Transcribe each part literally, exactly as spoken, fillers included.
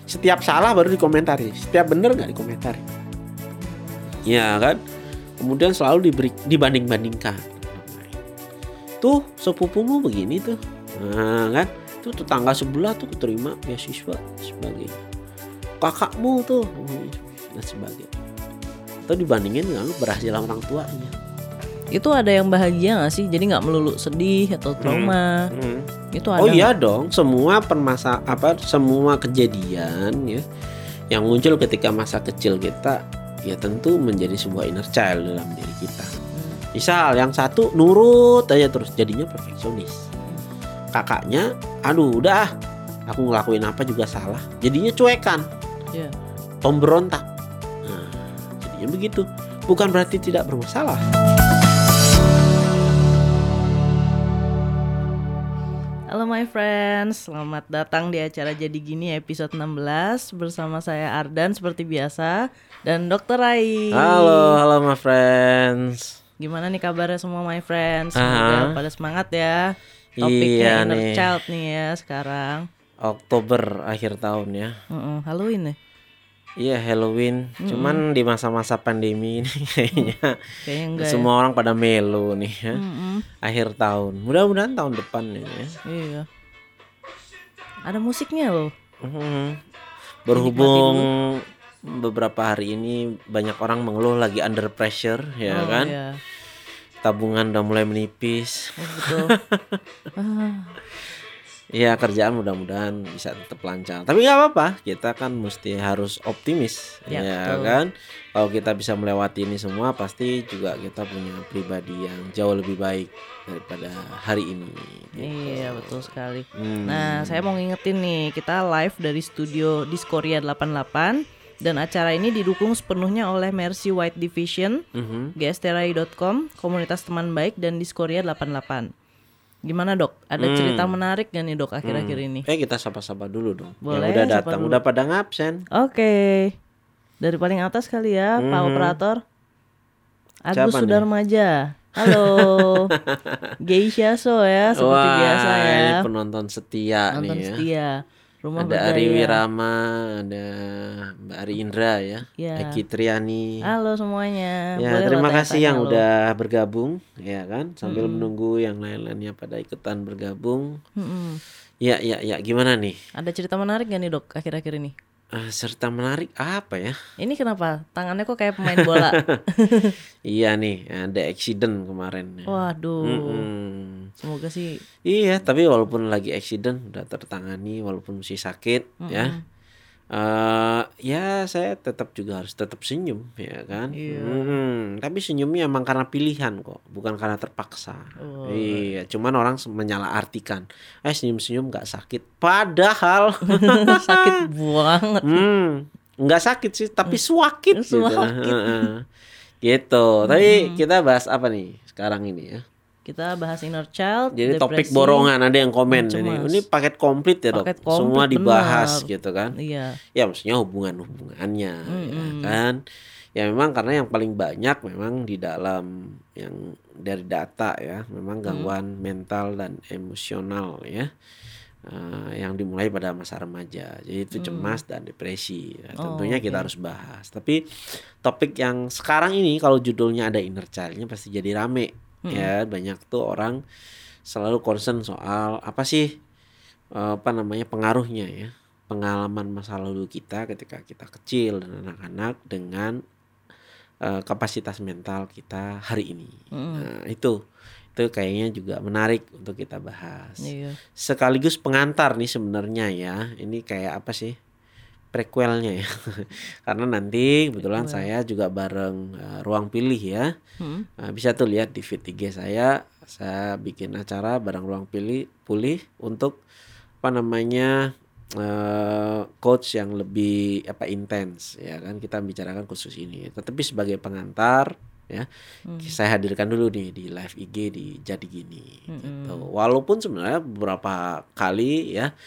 setiap salah baru dikomentari, setiap benar nggak dikomentari. Ya kan? Kemudian selalu diberi, dibanding-bandingkan. Tuh sepupumu begini tuh, nah kan? Tuh tetangga sebelah tuh keterima beasiswa sebagainya. Kakakmu tuh dan sebagainya. Atau dibandingin dengan berhasil orang tuanya. Itu ada yang bahagia nggak sih? Jadi nggak melulu sedih atau trauma. Hmm. Hmm. Itu ada. Oh iya gak? Dong. Semua permasa apa semua kejadian ya yang muncul ketika masa kecil kita ya tentu menjadi sebuah inner child dalam diri kita. Hmm. Misal yang satu nurut aja terus jadinya perfeksionis. Kakaknya, aduh udah aku ngelakuin apa juga salah, jadinya cuekan. Yeah. Pemberontak. Nah, jadinya begitu. Bukan berarti tidak bermasalah. Halo my friends, selamat datang di acara Jadi Gini episode enam belas bersama saya Ardan seperti biasa dan dokter Rai. Halo, halo my friends. Gimana nih kabarnya semua my friends? Semoga uh-huh. pada semangat ya. Topiknya iya inner nih. Child nih ya sekarang. Oktober akhir tahun ya. Uh-uh, Halloween ya? Iya Halloween, mm-hmm. cuman di masa-masa pandemi ini kayaknya, kayaknya semua ya. Orang pada melo nih ya. Mm-hmm. Akhir tahun, mudah-mudahan tahun depan ya. Iya. Ada musiknya loh. Mm-hmm. Berhubung beberapa hari ini banyak orang mengeluh lagi under pressure ya oh, kan. Iya. Tabungan udah mulai menipis. Oh, betul. ah. Ya kerjaan mudah-mudahan bisa tetap lancar. Tapi nggak apa-apa, kita kan mesti harus optimis, ya, ya kan. Kalau kita bisa melewati ini semua, pasti juga kita punya pribadi yang jauh lebih baik daripada hari ini. Gitu. Iya betul sekali. Hmm. Nah saya mau ngingetin nih, kita live dari studio Diskoria delapan puluh delapan dan acara ini didukung sepenuhnya oleh Mercy White Division, uh-huh. g s t r a i dot com, Komunitas Teman Baik dan Diskoria delapan puluh delapan. Gimana dok? Ada hmm. cerita menarik gak nih dok akhir-akhir hmm. ini? Eh kita sapa-sapa dulu dong. Boleh, yang udah datang, udah pada ngabsen. Oke, okay. Dari paling atas kali ya, hmm. Pak Operator. Agus Sudarmaja. Halo. Geisha So ya, seperti Wah, biasa ya. Ini penonton setia penonton nih ya. setia. Rumah ada Berdaya. Ari Wirama, ada Mbak Ari Indra ya, ya. Eki Triani. Halo semuanya. Ya, boleh terima kasih yang lo. udah bergabung, ya kan, sambil hmm. menunggu yang lain-lainnya pada ikutan bergabung. Hmm. Ya, ya, ya, gimana nih? Ada cerita menarik gak nih dok akhir-akhir ini? Uh, cerita menarik apa ya? Ini kenapa tangannya kok kayak pemain bola? Iya nih, ada accident kemarin. Waduh. Mm-mm. Semoga sih. Iya, tapi walaupun lagi accident udah tertangani, walaupun masih sakit, Mm-mm. ya. Uh, ya saya tetap juga harus tetap senyum, ya kan. Iya. Mm-hmm. Tapi senyumnya emang karena pilihan kok, bukan karena terpaksa. Oh. Iya, cuman orang menyalahartikan. Eh senyum-senyum nggak sakit, padahal sakit banget. Hmm, nggak sakit sih, tapi suakit gitu. Suakit. Gitu. Tapi kita bahas apa nih sekarang ini ya? Kita bahas inner child. Jadi depresi, topik borongan ada yang komen cemas. ini. Ini paket komplit ya dok. Paket komplit, semua dibahas benar. Gitu kan. Iya. Ya maksudnya hubungan-hubungannya mm-hmm. ya kan. Ya memang karena yang paling banyak memang di dalam yang dari data ya, memang gangguan mm. mental dan emosional ya. Uh, yang dimulai pada masa remaja. Jadi itu cemas mm. dan depresi. Ya, tentunya oh, okay. kita harus bahas. Tapi topik yang sekarang ini kalau judulnya ada inner child-nya pasti jadi rame. Hmm. Ya banyak tuh orang selalu concern soal apa sih apa namanya pengaruhnya ya, pengalaman masa lalu kita ketika kita kecil dan anak-anak dengan uh, kapasitas mental kita hari ini. Hmm. Nah itu itu kayaknya juga menarik untuk kita bahas. Iya. Sekaligus pengantar nih sebenarnya ya, ini kayak apa sih? Prequelnya ya. Karena nanti kebetulan Prequel. Saya juga bareng uh, Ruang Pilih ya. Hmm. Uh, bisa tuh lihat di feed I G saya, saya bikin acara bareng Ruang Pilih Pulih untuk apa namanya uh, coach yang lebih apa intens ya kan, kita bicarakan khusus ini. Tetapi sebagai pengantar ya, hmm. saya hadirkan dulu nih di live I G di Jadi Gini. Hmm. Gitu. Walaupun sebenarnya beberapa kali ya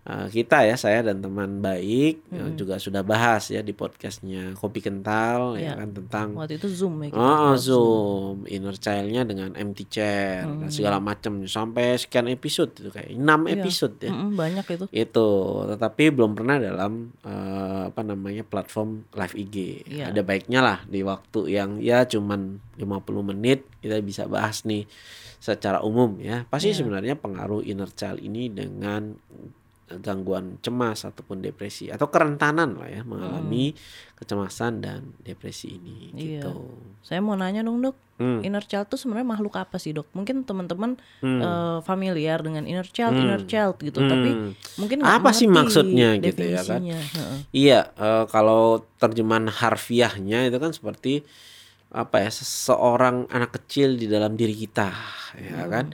uh, kita ya, saya dan teman baik Hmm. uh, juga sudah bahas ya di podcastnya Kopi Kental ya, Ya. kan tentang Waktu itu Zoom ya kita. oh, lewat Zoom, inner child-nya dengan empty chair dan segala macam sampai sekian episode itu kayak enam Iya. episode ya. Mm-mm, banyak itu. Itu, tetapi belum pernah dalam uh, apa namanya platform live I G. Iya. Ada baiknya lah di waktu yang ya cuman lima puluh menit kita bisa bahas nih secara umum ya. Pasti Iya. sebenarnya pengaruh inner child ini dengan gangguan cemas ataupun depresi atau kerentanan lah ya mengalami kecemasan dan depresi ini Iya. gitu. Saya mau nanya dong dok, Hmm. inner child tuh sebenarnya makhluk apa sih dok? Mungkin teman-teman Hmm. eh, familiar dengan inner child, Hmm. inner child gitu, Hmm. tapi mungkin nggak Apa sih mengerti maksudnya gitu ya kan? definisinya. Heeh. Iya, eh, kalau terjemahan harfiahnya itu kan seperti apa ya, seseorang anak kecil di dalam diri kita, ya kan?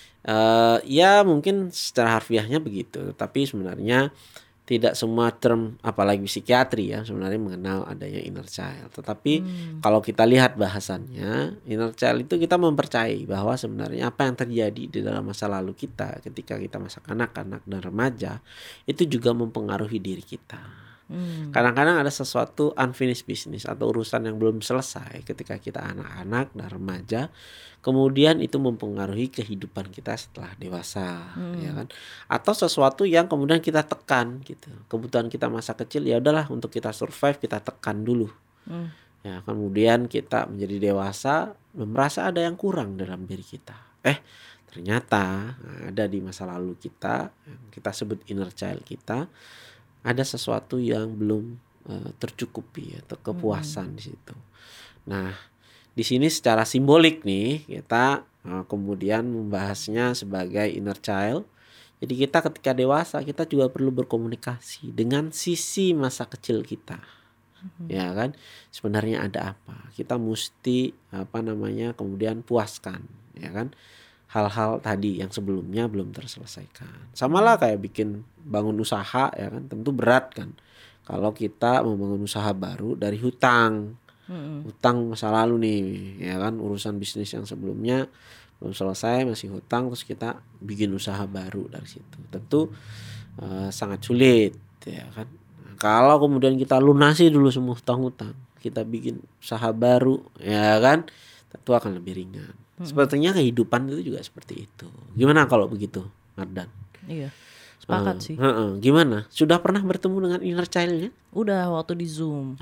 Eh, ya mungkin secara harfiahnya begitu, tapi sebenarnya tidak semua term, apalagi psikiatri ya, sebenarnya mengenal adanya inner child. Tetapi kalau kita lihat bahasannya, inner child itu kita mempercayai bahwa sebenarnya apa yang terjadi di dalam masa lalu kita ketika kita masa kanak-kanak dan remaja itu juga mempengaruhi diri kita. Hmm. Kadang-kadang ada sesuatu unfinished business atau urusan yang belum selesai ketika kita anak-anak dan remaja, kemudian itu mempengaruhi kehidupan kita setelah dewasa, ya kan? Atau sesuatu yang kemudian kita tekan gitu. Kebutuhan kita masa kecil ya udahlah untuk kita survive kita tekan dulu. Hmm. Ya, kemudian kita menjadi dewasa merasa ada yang kurang dalam diri kita. Eh, ternyata ada di masa lalu kita yang kita sebut inner child kita, ada sesuatu yang belum uh, tercukupi atau kepuasan di situ. Nah, di sini secara simbolik nih kita uh, kemudian membahasnya sebagai inner child. Jadi kita ketika dewasa kita juga perlu berkomunikasi dengan sisi masa kecil kita. Ya kan? Sebenarnya ada apa? Kita mesti apa namanya kemudian puaskan, ya kan? Hal-hal tadi yang sebelumnya belum terselesaikan. Sama lah kayak bikin bangun usaha ya kan, tentu berat kan. Kalau kita membangun usaha baru dari hutang. Hmm. Hutang masa lalu nih ya kan, urusan bisnis yang sebelumnya belum selesai masih hutang, terus kita bikin usaha baru dari situ. Tentu uh, sangat sulit ya kan. Nah, kalau kemudian kita lunasi dulu semua hutang-hutang, kita bikin usaha baru ya kan, tentu akan lebih ringan. Sepertinya kehidupan itu juga seperti itu. Gimana kalau begitu, Mardan? Iya, sepakat Uh, sih. uh, uh, gimana? Sudah pernah bertemu dengan inner child-nya? Udah waktu di Zoom.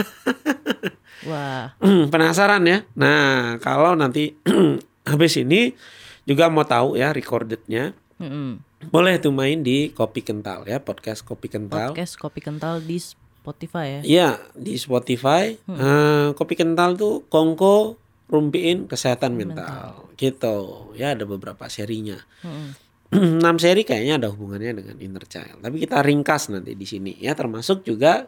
Wah. Penasaran ya? Nah, kalau nanti habis ini juga mau tahu ya recordednya, Mm-mm. boleh tuh main di Kopi Kental ya, podcast Kopi Kental. Podcast Kopi Kental di Spotify ya. Iya, di Spotify. Uh, Kopi Kental tuh Kongko Rumpiin Kesehatan Mental. Gitu. Ya ada beberapa serinya. Mm-mm. enam seri kayaknya ada hubungannya dengan inner child. Tapi kita ringkas nanti di sini ya, termasuk juga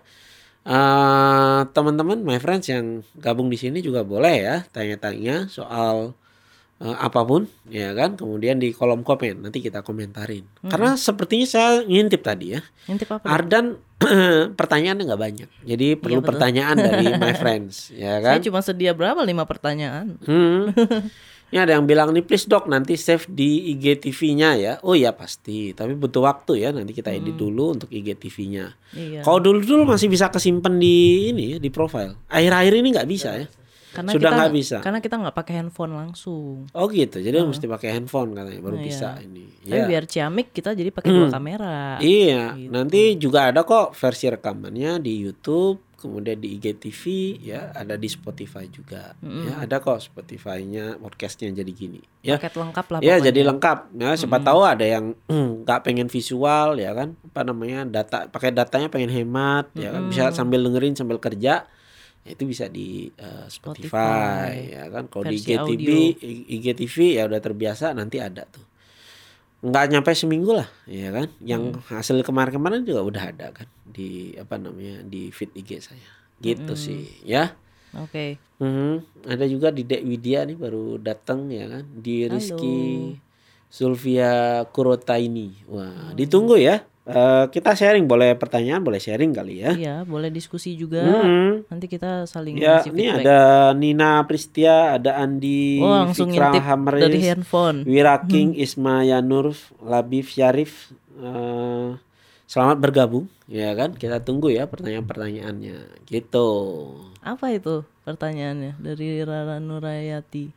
uh, teman-teman my friends yang gabung di sini juga boleh ya tanya-tanya soal uh, apapun ya kan, kemudian di kolom komen nanti kita komentarin. Hmm. Karena sepertinya saya ngintip tadi ya. Ngintip apa? Ardan pertanyaannya nggak banyak. Jadi perlu betul. pertanyaan dari my friends ya kan. Saya cuma sedia berapa lima pertanyaan. Hmm. Ini ada yang bilang nih, please dok nanti save di I G T V-nya ya. Oh ya pasti, tapi butuh waktu ya, nanti kita edit dulu untuk I G T V-nya. Iya. Kalau dulu-dulu masih bisa kesimpan di ini ya, di profile. Akhir-akhir ini nggak bisa ya. Karena Sudah kita nggak bisa. Karena kita nggak pakai handphone langsung. Oh gitu, jadi uh. mesti pakai handphone katanya baru Nah, bisa iya. ini. Tapi Ya. biar ciamik kita jadi pakai dua kamera. Iya, Gitu. nanti juga ada kok versi rekamannya di YouTube, kemudian di I G T V ya, ada di Spotify juga. Ya, ada kok Spotify-nya podcastnya jadi gini. Ya. Paket lengkap lah. Ya pokoknya. jadi lengkap. Ya, siapa tahu ada yang nggak pengen visual ya kan, apa namanya data, pakai datanya pengen hemat ya kan, bisa sambil dengerin sambil kerja. Ya, itu bisa di uh, Spotify, Spotify ya kan. Kalau di I G T V, I G T V ya udah terbiasa, nanti ada tuh. Nggak nyampe seminggu lah ya kan. Yang hmm. hasil kemarin-kemarin juga udah ada kan di apa namanya di feed I G saya. Gitu hmm. sih ya. Oke. Okay. Hmm, ada juga di Dek Widya nih baru datang ya kan, di Rizky Zulfia Kurotaini. Wah, hmm. ditunggu ya. Uh, kita sharing, boleh pertanyaan, boleh sharing kali ya. Iya, boleh diskusi juga. Hmm. Nanti kita saling ya, ngasih ini feedback. ada Nina Pristia, ada Andi, oh, langsung Fikra ngintip Hamris, dari handphone. Wira King, hmm. Isma Yanur, Labib Syarif, uh, Selamat bergabung, ya kan? Kita tunggu ya pertanyaan-pertanyaannya, gitu. Apa itu pertanyaannya dari Rara Nurayati?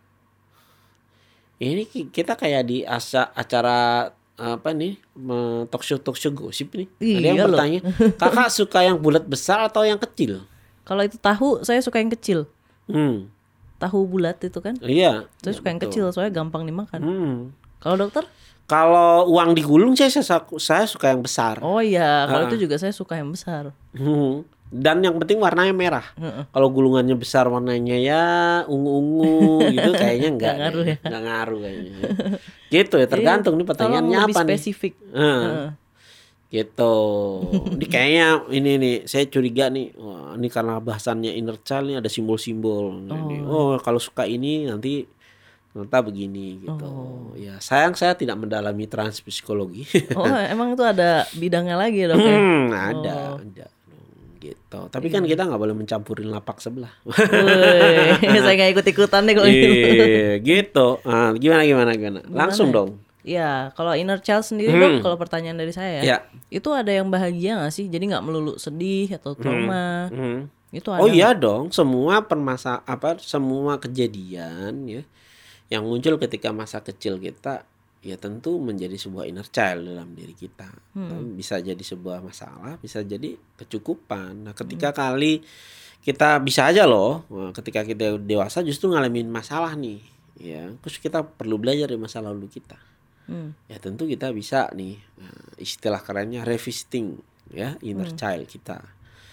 Ini kita kayak di asa, acara apa nih, talk show talk show gosip nih. Iya Ada yang loh. bertanya, kakak suka yang bulat besar atau yang kecil? Kalau itu tahu, saya suka yang kecil. Hmm. Tahu bulat itu kan? Iya. Saya ya, suka yang betul. kecil, soalnya gampang dimakan. Hmm. Kalau dokter? Kalau uang digulung saya, saya saya suka yang besar. Oh iya, kalau Ah. itu juga saya suka yang besar. Hmm. Dan yang penting warnanya merah. Kalau gulungannya besar warnanya ya ungu-ungu gitu kayaknya enggak. Nggak ngaruh kayaknya. ya? Nggak ngaruh kayaknya. Gitu ya, tergantung nih pertanyaannya Tolong lebih apa nih. spesifik. Heeh. Heeh. Gitu. Ini kayaknya ini nih saya curiga nih. Wah, ini karena bahasannya inner child nih ada simbol-simbol. Jadi, oh, kalau suka ini nanti ternyata begini gitu. Oh. Ya, sayang saya tidak mendalami transpsikologi. Oh, emang itu ada bidangnya lagi ya, dok ya? Hmm, ada, Oh. ada. Gitu. Tapi kan kita nggak boleh mencampurin lapak sebelah. Woi, saya nggak ikut-ikutan deh kalau gitu. Iya, gitu. Ah, gimana gimana gimana? Langsung Gimana ya? dong. Ya, kalau inner child sendiri Hmm. dok, kalau pertanyaan dari saya ya, Ya. itu ada yang bahagia nggak sih? Jadi nggak melulu sedih atau trauma. Hmm. Itu ada. Oh iya dong, semua permasa apa semua kejadian ya yang muncul ketika masa kecil kita ya tentu menjadi sebuah inner child dalam diri kita. Bisa jadi sebuah masalah, bisa jadi kecukupan. Nah, ketika kali kita bisa aja loh, wah, ketika kita dewasa justru ngalamin masalah nih, ya. Terus kita perlu belajar dari masa lalu kita. Hmm. Ya tentu kita bisa nih, nah, istilah kerennya revisiting ya inner child kita.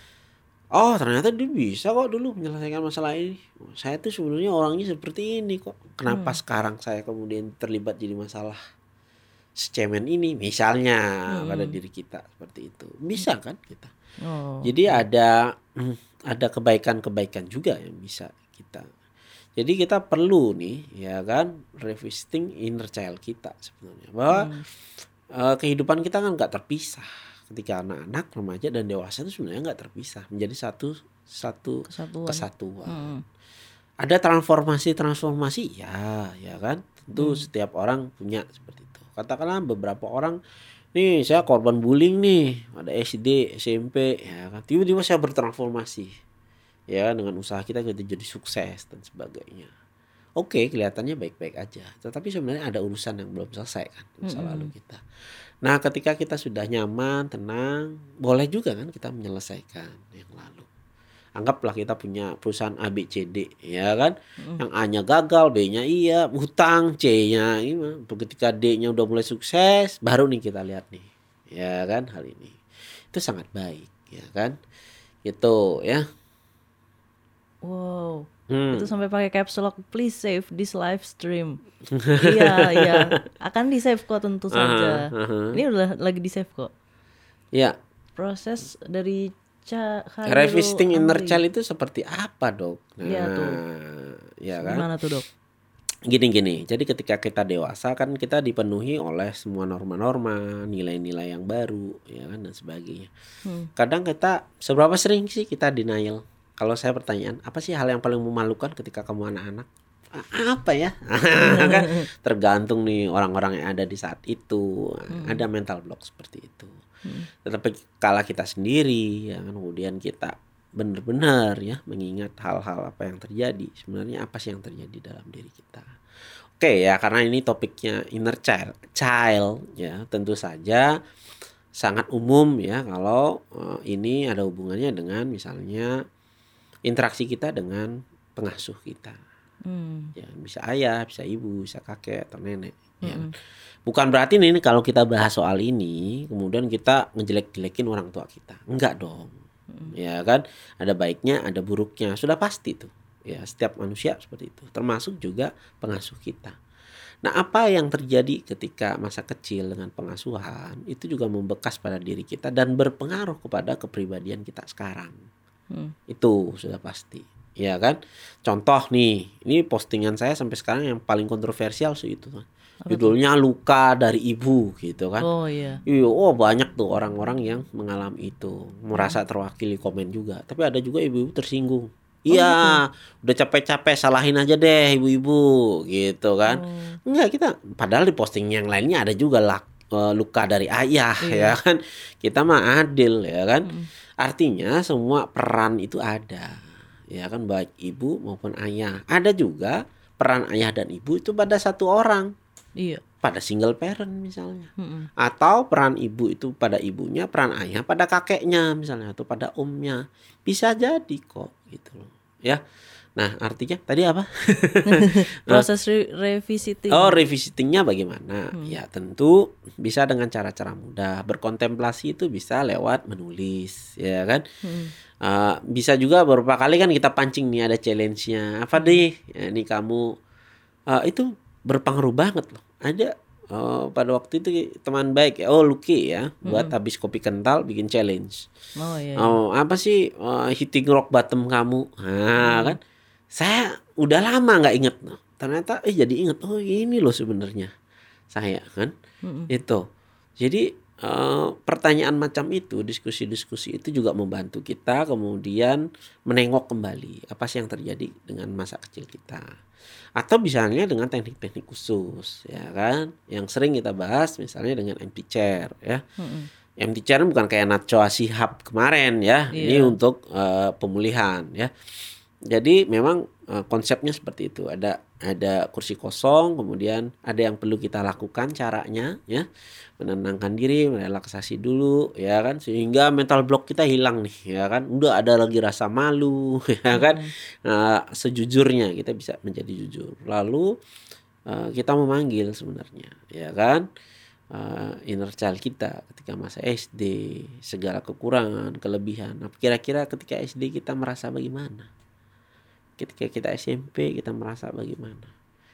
Oh ternyata dia bisa kok dulu menyelesaikan masalah ini. Saya tuh sebenarnya orangnya seperti ini kok. Kenapa sekarang saya kemudian terlibat jadi masalah secemen ini misalnya pada diri kita seperti itu. Bisa kan kita. Oh. Jadi ada hmm, ada kebaikan-kebaikan juga yang bisa kita. Jadi kita perlu nih ya kan revisiting inner child kita sebenarnya. Bahwa eh, kehidupan kita kan nggak terpisah. Ketika anak-anak, remaja dan dewasa itu sebenarnya nggak terpisah menjadi satu satu Kesatuan. kesatuan. Hmm. Ada transformasi-transformasi ya, ya kan. Tentu setiap orang punya seperti itu. Katakanlah beberapa orang nih saya korban bullying nih, ada S D, S M P ya kan. Tiba-tiba saya bertransformasi. Ya, dengan usaha kita kita jadi sukses dan sebagainya. Oke, kelihatannya baik-baik aja. Tetapi sebenarnya ada urusan yang belum selesai kan masa lalu kita. Nah, ketika kita sudah nyaman, tenang, boleh juga kan kita menyelesaikan yang lalu. Anggaplah kita punya perusahaan A B C D, ya kan? Yang A-nya gagal, B-nya iya, hutang, C-nya ini. Ketika D-nya udah mulai sukses, baru nih kita lihat nih, ya kan hal ini. Itu sangat baik, ya kan? Gitu, ya. Wow. Hmm. Itu sampai pakai caps lock, please save this live stream. Iya, iya. Akan di save kok tentu saja. aha. Ini udah lagi di save kok. Ya, Proses dari Ca Khairul revisiting inner Amri. child itu seperti apa, Dok? Nah, Iya tuh. ya kan? Gimana tuh dok? Gini-gini, jadi ketika kita dewasa kan kita dipenuhi oleh semua norma-norma, nilai-nilai yang baru, ya kan dan sebagainya. Kadang kita seberapa sering sih kita denial? Kalau saya pertanyaan, apa sih hal yang paling memalukan ketika kamu anak-anak? A- Apa ya? Kan tergantung nih orang-orang yang ada di saat itu. Ada mental block seperti itu. Tetapi kala kita sendiri, ya kan, kemudian kita benar-benar ya mengingat hal-hal apa yang terjadi, sebenarnya apa sih yang terjadi dalam diri kita. Oke ya, karena ini topiknya inner child, child ya tentu saja sangat umum ya kalau eh, ini ada hubungannya dengan misalnya interaksi kita dengan pengasuh kita. Hmm. Ya, bisa ayah, bisa ibu, bisa kakek atau nenek. Ya. Bukan berarti nih kalau kita bahas soal ini kemudian kita ngejelek-jelekin orang tua kita. Enggak dong. Ya kan, ada baiknya, ada buruknya. Sudah pasti tuh. Ya, setiap manusia seperti itu, termasuk juga pengasuh kita. Nah, apa yang terjadi ketika masa kecil dengan pengasuhan itu juga membekas pada diri kita dan berpengaruh kepada kepribadian kita sekarang. Hmm. Itu sudah pasti. Ya kan? Contoh nih, ini postingan saya sampai sekarang yang paling kontroversial sih itu kan. Judulnya Luka dari Ibu gitu kan. Oh iya. Iya, oh banyak tuh orang-orang yang mengalami itu, merasa terwakili komen juga. Tapi ada juga ibu-ibu tersinggung. Iya, udah capek-capek salahin aja deh ibu-ibu gitu kan. Enggak, kita padahal di posting yang lainnya ada juga lah uh, luka dari ayah, Iya. ya kan. Kita mah adil, ya kan. Mm-mm. Artinya semua peran itu ada, ya kan, baik ibu maupun ayah. Ada juga peran ayah dan ibu itu pada satu orang, Iya. pada single parent misalnya. Mm-mm. Atau peran ibu itu pada ibunya, peran ayah pada kakeknya misalnya, atau pada omnya. Bisa jadi kok gitu loh, ya. Nah, artinya tadi apa? Proses re- revisiting. Oh, revisitingnya bagaimana? Hmm. Ya tentu bisa dengan cara-cara mudah. Berkontemplasi itu bisa lewat menulis, ya kan? Hmm. Uh, bisa juga beberapa kali kan kita pancing nih, ada challenge-nya. Apa deh? Ya, ini kamu uh, itu berpengaruh banget loh. Ada uh, pada waktu itu teman baik ya, oh Lucky ya, buat Hmm. habis kopi kental bikin challenge. Oh iya. iya. Oh, apa sih uh, hitting rock bottom kamu? Nah, kan? Saya udah lama nggak inget, no. Ternyata eh jadi inget, oh ini loh sebenarnya saya kan. Mm-mm. Itu jadi uh, pertanyaan macam itu, diskusi-diskusi itu juga membantu kita kemudian menengok kembali apa sih yang terjadi dengan masa kecil kita, atau misalnya dengan teknik-teknik khusus, ya kan, yang sering kita bahas misalnya dengan empty chair, ya. Mm-mm. Empty chair bukan kayak Najwa Shihab kemarin, ya. Ini Iya. untuk uh, pemulihan, ya. Jadi memang uh, konsepnya seperti itu. Ada ada kursi kosong, kemudian ada yang perlu kita lakukan caranya, ya. Menenangkan diri, merelaksasi dulu, ya kan, sehingga mental block kita hilang nih, ya kan. Udah ada lagi rasa malu, ya kan. Nah, sejujurnya kita bisa menjadi jujur. Lalu uh, kita memanggil sebenarnya, ya kan. Uh, inner child kita ketika masa S D, segala kekurangan, kelebihan. Nah, kira-kira ketika S D kita merasa bagaimana? Ketika kita S M P kita merasa bagaimana?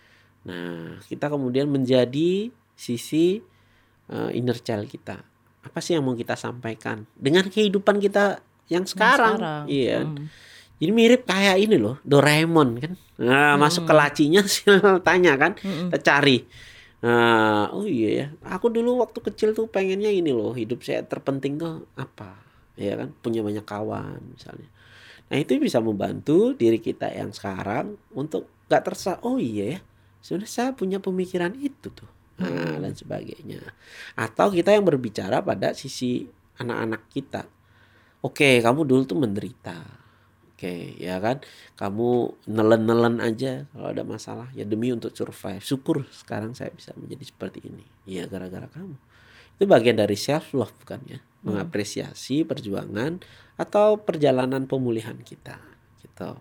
Nah, kita kemudian menjadi sisi uh, inner child kita. Apa sih yang mau kita sampaikan dengan kehidupan kita yang sekarang? Yang sekarang. Iya. Mm. Jadi mirip kayak ini loh, Doraemon kan. Nah, Mm. masuk ke lacinya tanya kan, Mm-mm. kita cari. Nah, oh iya ya, aku dulu waktu kecil tuh pengennya ini loh, hidup saya terpenting tuh apa? Ya kan, punya banyak kawan misalnya. Nah, itu bisa membantu diri kita yang sekarang untuk gak terasa, oh iya ya, sebenarnya saya punya pemikiran itu tuh, nah, Hmm. dan sebagainya. Atau kita yang berbicara pada sisi anak-anak kita. Oke, kamu dulu tuh menderita. Oke, ya kan, kamu nelen-nelen aja kalau ada masalah, ya demi untuk survive. Syukur sekarang saya bisa menjadi seperti ini, ya gara-gara kamu. Itu bagian dari self love bukan ya, mengapresiasi perjuangan atau perjalanan pemulihan kita gitu.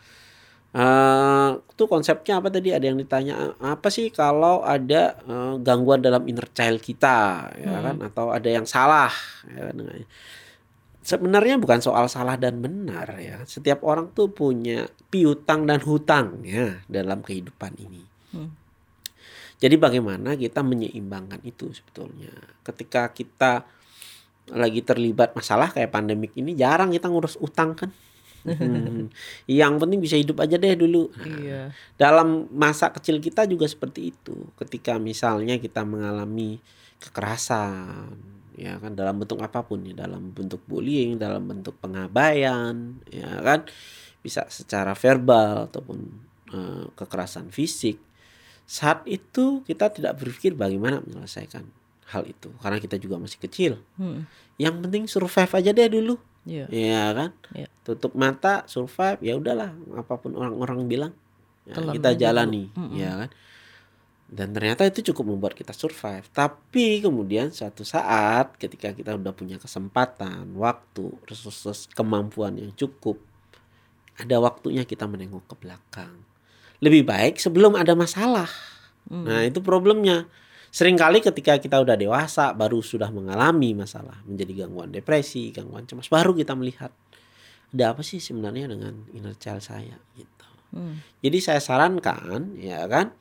Uh, itu konsepnya apa tadi, ada yang ditanya apa sih kalau ada uh, gangguan dalam inner child kita, ya kan, atau ada yang salah, ya kan. Sebenarnya bukan soal salah dan benar ya, setiap orang tuh punya piutang dan hutang ya dalam kehidupan ini. Hmm. Jadi bagaimana kita menyeimbangkan itu sebetulnya. Ketika kita lagi terlibat masalah kayak pandemik ini, jarang kita ngurus utang kan. Hmm. Yang penting bisa hidup aja deh dulu. Nah, Iya. dalam masa kecil kita juga seperti itu. Ketika misalnya kita mengalami kekerasan, ya kan, dalam bentuk apapun ya, dalam bentuk bullying, dalam bentuk pengabaian, ya kan, bisa secara verbal ataupun uh, kekerasan fisik. Saat itu kita tidak berpikir bagaimana menyelesaikan hal itu, karena kita juga masih kecil. Hmm. Yang penting survive aja deh dulu. Iya. Ya kan? Iya. Tutup mata, survive, ya udahlah, apapun orang-orang bilang, ya, Telan kita aja jalani, dulu. Mm-mm. ya kan? Dan ternyata itu cukup membuat kita survive. Tapi kemudian suatu saat ketika kita udah punya kesempatan, waktu, resources, kemampuan yang cukup, ada waktunya kita menengok ke belakang. Lebih baik sebelum ada masalah. Hmm. Nah, itu problemnya. Seringkali ketika kita udah dewasa, baru sudah mengalami masalah, menjadi gangguan depresi, gangguan cemas, baru kita melihat ada apa sih sebenarnya dengan inner child saya gitu. Hmm. Jadi saya sarankan, ya kan,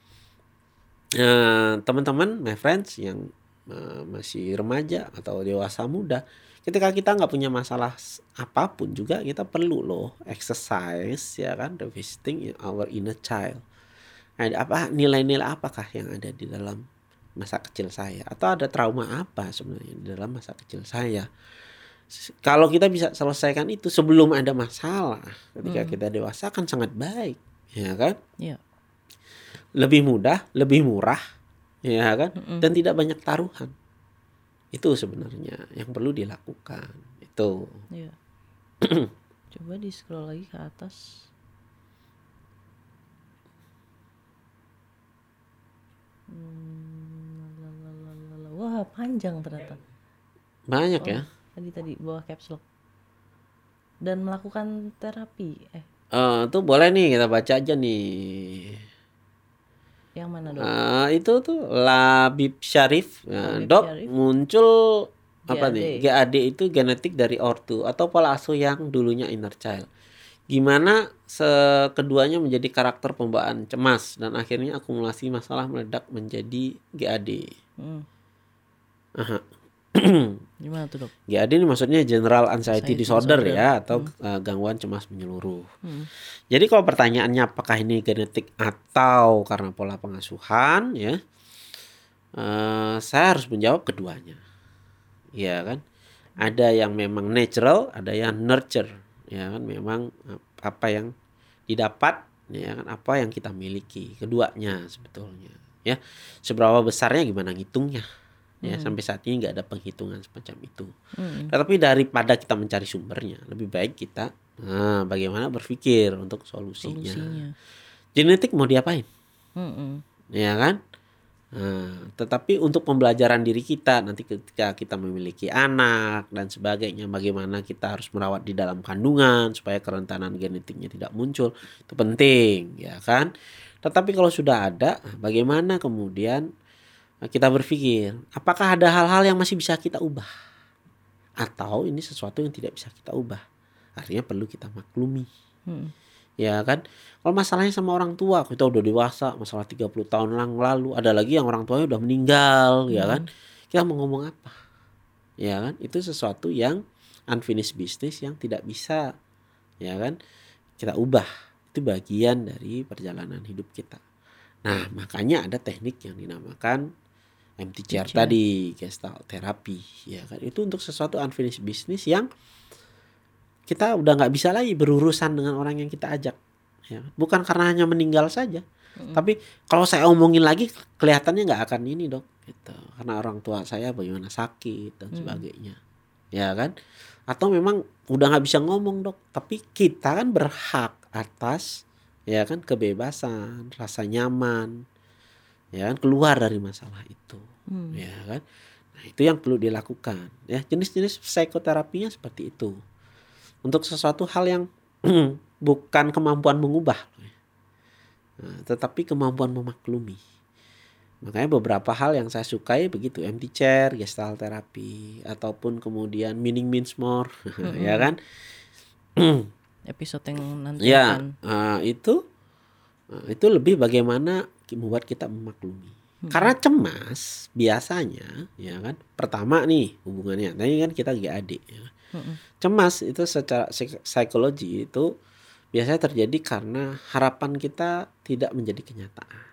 eh, teman-teman, my friends yang eh, masih remaja atau dewasa muda, ketika kita nggak punya masalah apapun juga, kita perlu loh exercise, ya kan, revisiting our inner child. Ada apa, nilai-nilai apakah yang ada di dalam masa kecil saya, atau ada trauma apa sebenarnya di dalam masa kecil saya. Kalau kita bisa selesaikan itu sebelum ada masalah, ketika Hmm. kita dewasa akan sangat baik, ya kan? Iya. Lebih mudah, lebih murah, ya kan? Mm-mm. Dan tidak banyak taruhan. Itu sebenarnya yang perlu dilakukan. Itu. Iya. Coba di scroll lagi ke atas. Hmm, wah panjang ternyata. Banyak oh, ya. Tadi tadi bawah caps lock. Dan melakukan terapi. Eh. Uh, itu boleh nih kita baca aja nih. Yang mana dok? Uh, itu tuh Labib Syarif. Nah, Labib dok Syarif. muncul G A D. apa nih? G A D itu genetik dari ortu atau pola asuh yang dulunya inner child. Gimana keduanya menjadi karakter pembawaan cemas dan akhirnya akumulasi masalah meledak menjadi G A D. Hmm. Aha. Gimana tuh dok? G A D ini maksudnya General Anxiety, Anxiety Disorder, disorder ya atau hmm. uh, gangguan cemas menyeluruh. Hmm. Jadi kalau pertanyaannya apakah ini genetik atau karena pola pengasuhan ya, uh, saya harus menjawab keduanya. Ya kan? Ada yang memang natural, ada yang nurture. Ya kan? Memang apa yang didapat, ya kan? Apa yang kita miliki, keduanya sebetulnya. Ya, seberapa besarnya gimana ngitungnya? Ya, hmm. sampai saat ini nggak ada penghitungan semacam itu. Hmm. Tetapi daripada kita mencari sumbernya, lebih baik kita nah, bagaimana berpikir untuk solusinya. solusinya. Genetik mau diapain? Hmm. Ya kan? Nah, tetapi untuk pembelajaran diri kita nanti ketika kita memiliki anak dan sebagainya, bagaimana kita harus merawat di dalam kandungan supaya kerentanan genetiknya tidak muncul, itu penting, ya kan? Tetapi kalau sudah ada, bagaimana kemudian kita berpikir, apakah ada hal-hal yang masih bisa kita ubah? Atau ini sesuatu yang tidak bisa kita ubah? Artinya perlu kita maklumi. Hmm. Ya kan? Kalau masalahnya sama orang tua, kita udah dewasa, masalah tiga puluh tahun yang lalu, ada lagi yang orang tuanya udah meninggal, hmm. ya kan? Kita mau ngomong apa? Ya kan? Itu sesuatu yang unfinished business yang tidak bisa, ya kan? Kita ubah. Itu bagian dari perjalanan hidup kita. Nah, makanya ada teknik yang dinamakan empty chair tadi, gestalt terapi, ya kan? Itu untuk sesuatu unfinished business yang kita udah nggak bisa lagi berurusan dengan orang yang kita ajak, ya. Bukan karena hanya meninggal saja, mm-hmm. tapi kalau saya omongin lagi kelihatannya nggak akan ini dok, gitu. Karena orang tua saya bagaimana sakit dan sebagainya, mm-hmm. ya kan? Atau memang udah nggak bisa ngomong dok, tapi kita kan berhak atas, ya kan, kebebasan, rasa nyaman. Ya kan, keluar dari masalah itu, hmm. ya kan. Nah itu yang perlu dilakukan. Ya, jenis-jenis psikoterapinya seperti itu. Untuk sesuatu hal yang bukan kemampuan mengubah, nah, tetapi kemampuan memaklumi. Makanya beberapa hal yang saya sukai begitu, empty chair, gestalt terapi, ataupun kemudian meaning means more, hmm. ya kan. Episode yang nanti ya, akan. Uh, itu, uh, itu lebih bagaimana membuat kita memaklumi. Hmm. Karena cemas biasanya, ya kan, pertama nih hubungannya, tadi kan kita G A D, ya. Hmm. Cemas itu secara psikologi itu biasanya terjadi karena harapan kita tidak menjadi kenyataan,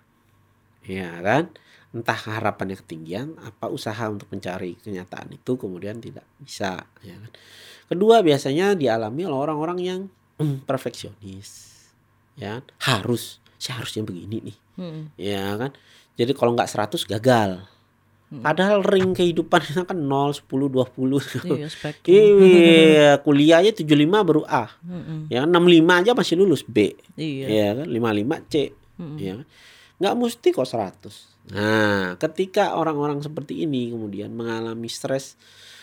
ya kan. Entah harapannya ketinggian, apa usaha untuk mencari kenyataan itu kemudian tidak bisa, ya kan. Kedua biasanya dialami oleh orang-orang yang mm, perfeksionis, ya, harus, saya harusnya begini nih. Hmm. Ya kan. Jadi kalau nggak seratus gagal. Hmm. Padahal ring kehidupan kan nol, sepuluh, dua puluh. Iya, spektrum. Iya, kuliahnya tujuh puluh lima baru A. Hmm. Ya, enam puluh lima aja masih lulus B. Iya. Ya kan, lima puluh lima C. Hmm. Ya kan. Nggak mesti kok seratus. Nah, ketika orang-orang seperti ini kemudian mengalami stres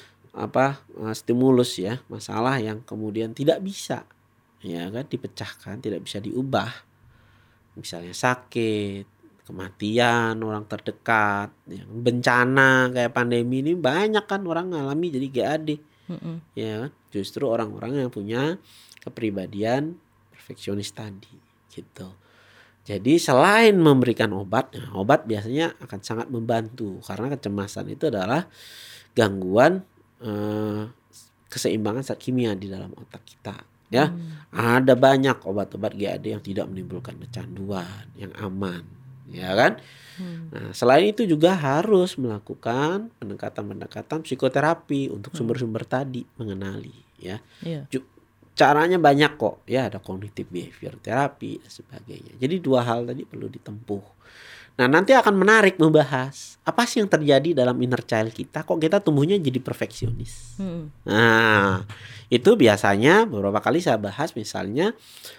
apa stimulus ya, masalah yang kemudian tidak bisa, ya kan, dipecahkan, tidak bisa diubah. Misalnya sakit, kematian orang terdekat, ya, bencana kayak pandemi ini banyak kan orang ngalami jadi G A D, mm-hmm. ya kan? Justru orang-orang yang punya kepribadian perfeksionis tadi, gitu. Jadi selain memberikan obat, nah, obat biasanya akan sangat membantu karena kecemasan itu adalah gangguan eh, keseimbangan zat kimia di dalam otak kita. Ya, hmm. ada banyak obat-obat G A D yang tidak menimbulkan kecanduan, yang aman, ya kan? Hmm. Nah, selain itu juga harus melakukan pendekatan-pendekatan psikoterapi untuk hmm. sumber-sumber tadi, mengenali, ya. Yeah. Caranya banyak kok, ya, ada cognitive behavior therapy dan sebagainya. Jadi dua hal tadi perlu ditempuh. Nah, nanti akan menarik membahas apa sih yang terjadi dalam inner child kita, kok kita tumbuhnya jadi perfeksionis. Hmm. Nah, itu biasanya beberapa kali saya bahas misalnya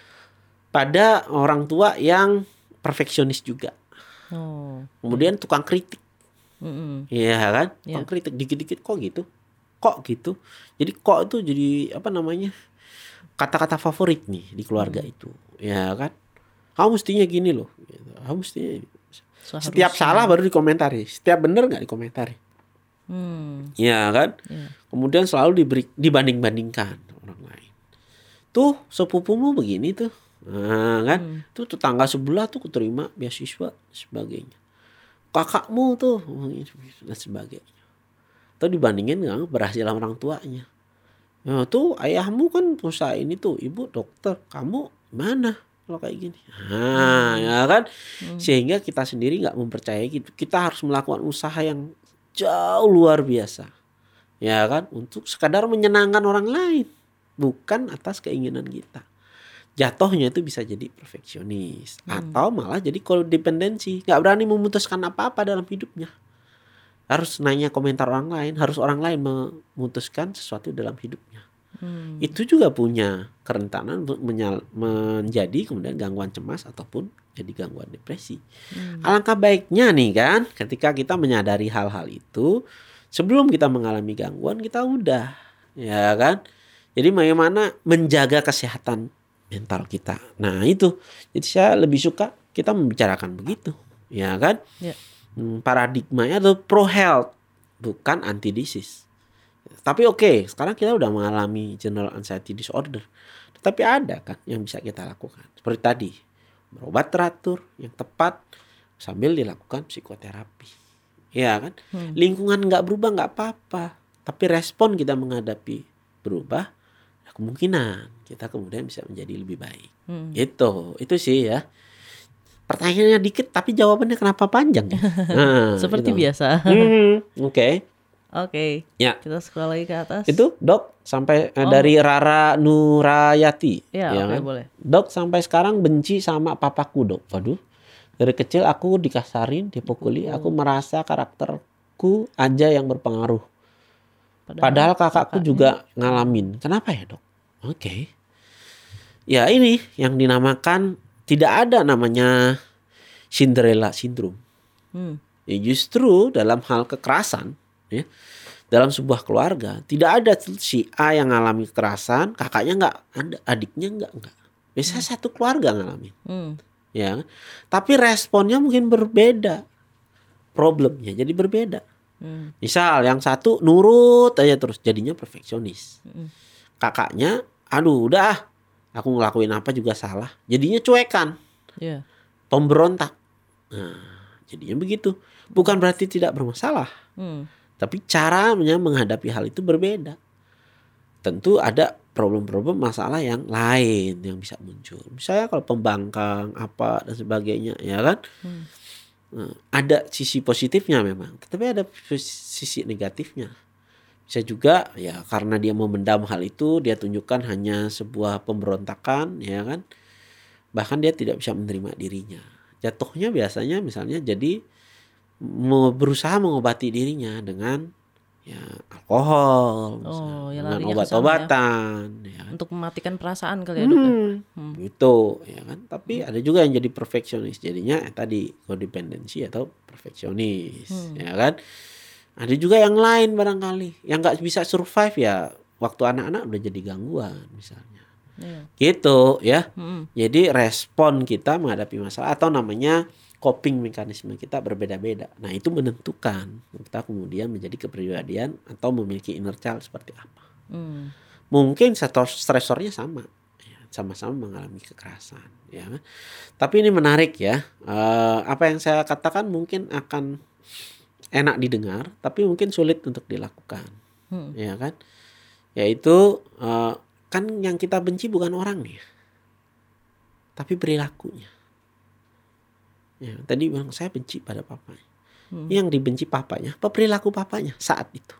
pada orang tua yang perfeksionis juga. Oh. Kemudian tukang kritik. Iya kan? Tukang yeah. kritik dikit-dikit kok gitu. Kok gitu. Jadi kok itu jadi apa namanya? Kata-kata favorit nih di keluarga hmm. itu. Ya kan? Kamu mestinya gini loh. Kamu mestinya seharusnya. Setiap salah baru dikomentari, setiap benar nggak dikomentari. Hmm. Ya kan? Yeah. Kemudian selalu diberi dibanding-bandingkan orang lain. Tuh sepupumu begini tuh. Nah, kan? Hmm. Tuh tetangga sebelah tuh keterima beasiswa sebagainya. Kakakmu tuh dan sebagainya. Tuh dibandingin nggak berhasil orang tuanya. Nah, tuh ayahmu kan usaha ini tuh, ibu dokter, kamu mana kalau kayak gini? Nah, hmm. ya kan? Hmm. Sehingga kita sendiri nggak mempercayai gitu. Kita harus melakukan usaha yang jauh luar biasa, ya kan? Untuk sekadar menyenangkan orang lain, bukan atas keinginan kita. Jatuhnya itu bisa jadi perfeksionis hmm. atau malah jadi kodependensi, nggak berani memutuskan apa-apa dalam hidupnya. Harus nanya komentar orang lain, harus orang lain memutuskan sesuatu dalam hidupnya. Hmm. Itu juga punya kerentanan untuk menyal- menjadi kemudian gangguan cemas ataupun jadi gangguan depresi. Hmm. Alangkah baiknya nih kan, ketika kita menyadari hal-hal itu sebelum kita mengalami gangguan, kita udah, ya kan. Jadi bagaimana menjaga kesehatan mental kita. Nah itu, jadi saya lebih suka kita membicarakan begitu, ya kan. Yeah. Hmm, paradigmanya itu pro health, bukan anti disease. Tapi oke, okay, sekarang kita udah mengalami general anxiety disorder. Tetapi ada kan yang bisa kita lakukan. Seperti tadi, berobat teratur yang tepat sambil dilakukan psikoterapi. Iya kan? Hmm. Lingkungan nggak berubah nggak apa-apa. Tapi respon kita menghadapi berubah, kemungkinan kita kemudian bisa menjadi lebih baik. Hmm. Itu, itu sih ya. Pertanyaannya dikit tapi jawabannya kenapa panjang ya? Nah, seperti gitu. Biasa. Hmm, oke. Okay. Oke, okay. Ya. Kita scroll lagi ke atas. Itu dok sampai oh. dari Rara Nurayati. Ya, ya oke okay, kan? Boleh. Dok sampai sekarang benci sama papaku dok. Waduh, dari kecil aku dikasarin, dipukuli, oh. aku merasa karakterku aja yang berpengaruh. Padahal, Padahal kakakku kakaknya. juga ngalamin. Kenapa ya dok? Oke. Okay. Ya ini yang dinamakan tidak ada namanya Cinderella syndrome. Hmm. Ya justru dalam hal kekerasan. Ya, dalam sebuah keluarga tidak ada si A yang ngalami kekerasan, kakaknya nggak ada, adiknya nggak nggak. Biasanya hmm. satu keluarga ngalamin, hmm. ya. Tapi responnya mungkin berbeda, problemnya jadi berbeda. Hmm. Misal yang satu nurut aja terus jadinya perfeksionis, hmm. kakaknya, aduh udah, aku ngelakuin apa juga salah, jadinya cuekan, yeah. pemberontak. Nah, jadinya begitu. Bukan berarti tidak bermasalah. Hmm. Tapi caranya menghadapi hal itu berbeda. Tentu ada problem-problem masalah yang lain yang bisa muncul. Misalnya kalau pembangkang apa dan sebagainya, ya kan. Hmm. Nah, ada sisi positifnya memang, tetapi ada sisi negatifnya. Bisa juga ya karena dia memendam hal itu, dia tunjukkan hanya sebuah pemberontakan, ya kan. Bahkan dia tidak bisa menerima dirinya. Jatuhnya biasanya misalnya jadi berusaha mengobati dirinya dengan ya alkohol, oh, ya dengan obat-obatan, ya. Ya. Untuk mematikan perasaan kali ya dok. Hmm, hmm. Gitu, ya kan. Tapi hmm. ada juga yang jadi perfeksionis, jadinya eh, tadi kodependensi atau perfeksionis, hmm. ya kan. Ada juga yang lain barangkali yang nggak bisa survive ya waktu anak-anak udah jadi gangguan misalnya, yeah. gitu ya. Hmm. Jadi respon kita menghadapi masalah atau namanya coping mekanisme kita berbeda-beda. Nah itu menentukan kita kemudian menjadi kepribadian atau memiliki inner child seperti apa. Hmm. Mungkin stresornya sama, ya, sama-sama mengalami kekerasan. Ya. Tapi ini menarik ya. Uh, apa yang saya katakan mungkin akan enak didengar, tapi mungkin sulit untuk dilakukan. Hmm. Ya kan? Yaitu uh, kan yang kita benci bukan orangnya, tapi perilakunya. Ya, tadi bilang saya benci pada papanya. Hmm. Yang dibenci papanya, apa perilaku papanya saat itu.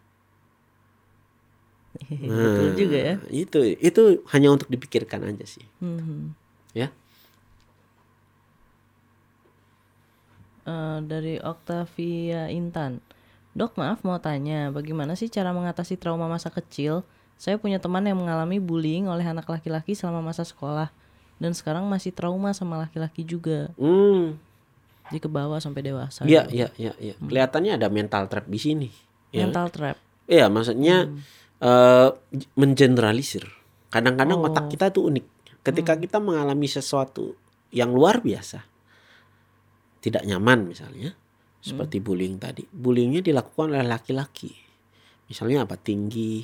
Nah, betul juga ya. Itu itu hanya untuk dipikirkan aja sih. Hmm. Ya. uh, dari Octavia Intan. Dok, maaf mau tanya, bagaimana sih cara mengatasi trauma masa kecil? Saya punya teman yang mengalami bullying oleh anak laki-laki selama masa sekolah dan sekarang masih trauma sama laki-laki juga. Hmm. Jadi ke bawah sampai dewasa. Iya, iya, iya, iya. Hmm. Kelihatannya ada mental trap di sini. Mental ya. trap. Iya, maksudnya hmm. uh, mengeneralisir. Kadang-kadang oh. otak kita tuh unik. Ketika hmm. kita mengalami sesuatu yang luar biasa, tidak nyaman misalnya, seperti hmm. bullying tadi. Bullyingnya dilakukan oleh laki-laki. Misalnya apa? Tinggi,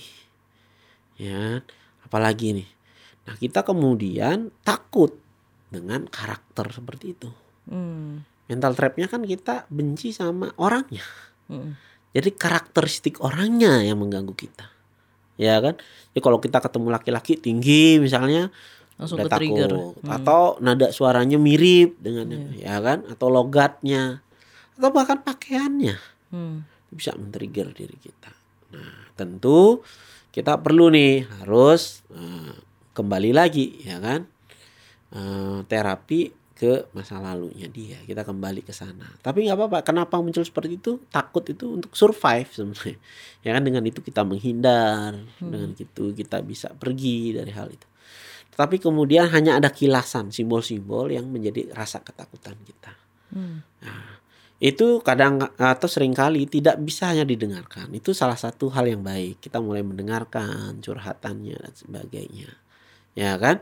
ya. Apalagi nih. Nah, kita kemudian takut dengan karakter seperti itu. Hmm. Mental trapnya kan kita benci sama orangnya. Hmm. Jadi karakteristik orangnya yang mengganggu kita. Ya kan? Jadi kalau kita ketemu laki-laki tinggi misalnya, langsung udah ke-trigger. takut. Hmm. Atau nada suaranya mirip dengan hmm. ya kan? Atau logatnya. Atau bahkan pakaiannya. Hmm. Bisa men-trigger diri kita. Nah, tentu kita perlu nih harus uh, kembali lagi ya kan? Uh, terapi ke masa lalunya dia, kita kembali ke sana. Tapi nggak apa-apa. Kenapa muncul seperti itu? Takut itu untuk survive sebenarnya. Ya kan, dengan itu kita menghindar, hmm. dengan itu kita bisa pergi dari hal itu. Tapi kemudian hanya ada kilasan, simbol-simbol yang menjadi rasa ketakutan kita. Hmm. Nah, itu kadang atau seringkali tidak bisa hanya didengarkan. Itu salah satu hal yang baik. Kita mulai mendengarkan curhatannya dan sebagainya. Ya kan,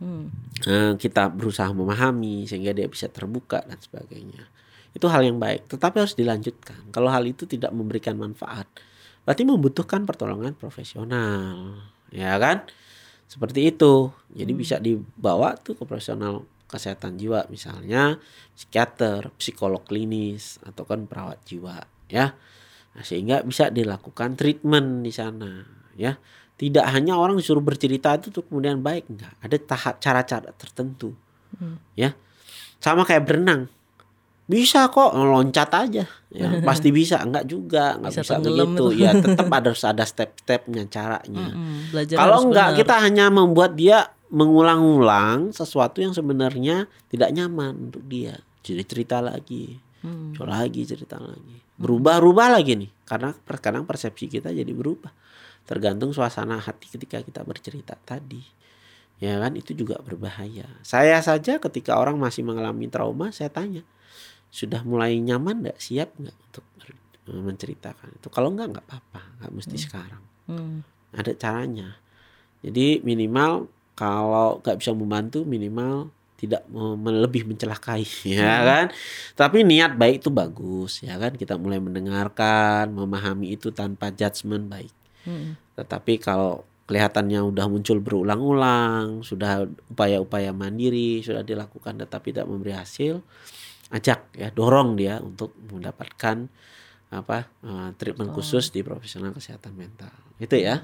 hmm. kita berusaha memahami sehingga dia bisa terbuka dan sebagainya. Itu hal yang baik, tetapi harus dilanjutkan. Kalau hal itu tidak memberikan manfaat, berarti membutuhkan pertolongan profesional, ya kan? Seperti itu. Jadi hmm. bisa dibawa tuh ke profesional kesehatan jiwa, misalnya psikiater, psikolog klinis, atau kan perawat jiwa, ya. Nah, sehingga bisa dilakukan treatment di sana, ya. Tidak hanya orang disuruh bercerita itu tuh kemudian baik, enggak. Ada tahap cara-cara tertentu. Hmm. Ya. Sama kayak berenang. Bisa kok loncat aja, ya. Pasti bisa, enggak juga, enggak bisa, bisa begitu. Itu. Ya, tetap harus ada step-stepnya, caranya. Hmm, kalau enggak benar. Kita hanya membuat dia mengulang-ulang sesuatu yang sebenarnya tidak nyaman untuk dia. Jadi cerita lagi. Hmm. Cerita lagi, cerita lagi. Berubah-ubah lagi nih. Karena kadang persepsi kita jadi berubah. Tergantung suasana hati ketika kita bercerita tadi. Ya kan, itu juga berbahaya. Saya saja ketika orang masih mengalami trauma, saya tanya, sudah mulai nyaman enggak, siap enggak untuk menceritakan itu? Kalau enggak, enggak apa-apa, enggak mesti hmm. sekarang. Hmm. Ada caranya. Jadi minimal kalau enggak bisa membantu, minimal tidak lebih mencelakai, ya hmm. kan? Tapi niat baik itu bagus, ya kan? Kita mulai mendengarkan, memahami itu tanpa judgement baik. Hmm. Tetapi kalau kelihatannya udah muncul berulang-ulang, sudah upaya-upaya mandiri sudah dilakukan tetapi tidak memberi hasil, ajak ya, dorong dia untuk mendapatkan apa uh, treatment oh. khusus di profesional kesehatan mental. Itu ya.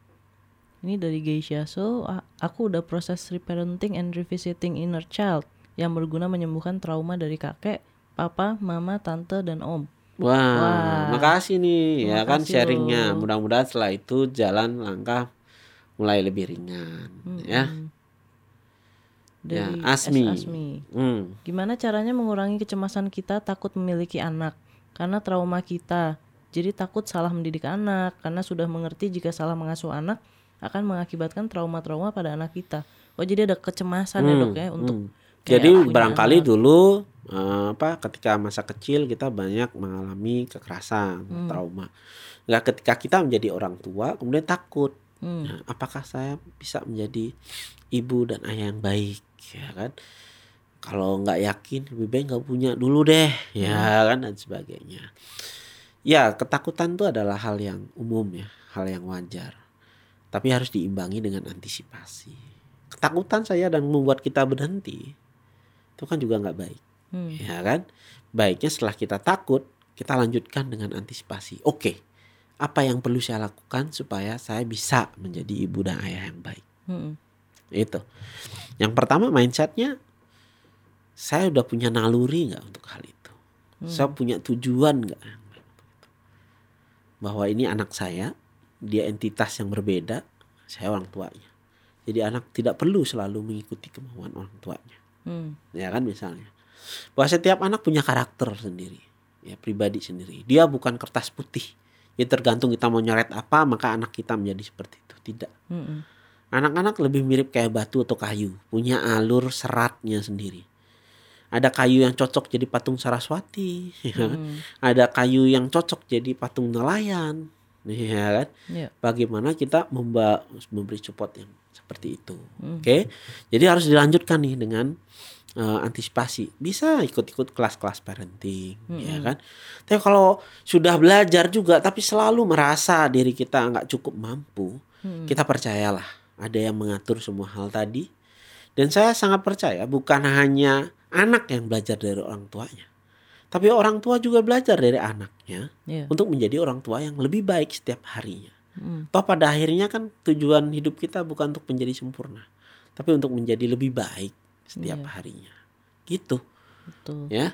Ini dari Geisha. So, aku udah proses reparenting and revisiting inner child yang berguna menyembuhkan trauma dari kakek, papa, mama, tante, dan om. Wah, Wah, makasih nih ya kan sharingnya. Loh. Mudah-mudahan setelah itu jalan langkah mulai lebih ringan, hmm. ya. Dari ya, Asmi. Asmi. Hmm. Gimana caranya mengurangi kecemasan kita takut memiliki anak karena trauma kita. Jadi takut salah mendidik anak karena sudah mengerti jika salah mengasuh anak akan mengakibatkan trauma-trauma pada anak kita. Oh, jadi ada kecemasan hmm. ya dok ya untuk. Hmm. Jadi barangkali anak. dulu uh, apa ketika masa kecil kita banyak mengalami kekerasan, hmm. trauma. Nggak, ketika kita menjadi orang tua kemudian takut, hmm. nah, apakah saya bisa menjadi ibu dan ayah yang baik, ya kan? Kalau nggak yakin lebih baik nggak punya dulu deh, ya hmm. kan, dan sebagainya. Ya, ketakutan itu adalah hal yang umum ya, hal yang wajar. Tapi harus diimbangi dengan antisipasi. Ketakutan saya dan membuat kita berhenti itu kan juga nggak baik, hmm. ya kan? Baiknya setelah kita takut, kita lanjutkan dengan antisipasi. Oke, apa yang perlu saya lakukan supaya saya bisa menjadi ibu dan ayah yang baik? Hmm. Itu. Yang pertama mindsetnya, saya udah punya naluri nggak untuk hal itu? Hmm. Saya punya tujuan nggak? Bahwa ini anak saya, dia entitas yang berbeda, saya orang tuanya. Jadi anak tidak perlu selalu mengikuti kemauan orang tuanya. Hmm. Ya kan misalnya. bahwa setiap anak punya karakter sendiri, ya pribadi sendiri. Dia bukan kertas putih. Ya tergantung kita mau nyoret apa, maka anak kita menjadi seperti itu. Tidak. Mm-mm. Anak-anak lebih mirip kayak batu atau kayu, punya alur seratnya sendiri. Ada kayu yang cocok jadi patung Saraswati, mm. ada kayu yang cocok jadi patung nelayan, ya kan? Yeah. Bagaimana kita memba- memberi support yang seperti itu, mm. oke? Okay? Jadi harus dilanjutkan nih dengan uh, antisipasi. Bisa ikut-ikut kelas-kelas parenting, mm. ya kan? Tapi kalau sudah belajar juga, tapi selalu merasa diri kita nggak cukup mampu, mm. kita percayalah ada yang mengatur semua hal tadi. Dan saya sangat percaya bukan hanya anak yang belajar dari orang tuanya, tapi orang tua juga belajar dari anaknya, yeah. untuk menjadi orang tua yang lebih baik setiap harinya. Mm. Toh pada akhirnya kan tujuan hidup kita bukan untuk menjadi sempurna, tapi untuk menjadi lebih baik setiap yeah. harinya. Gitu. Betul. Ya.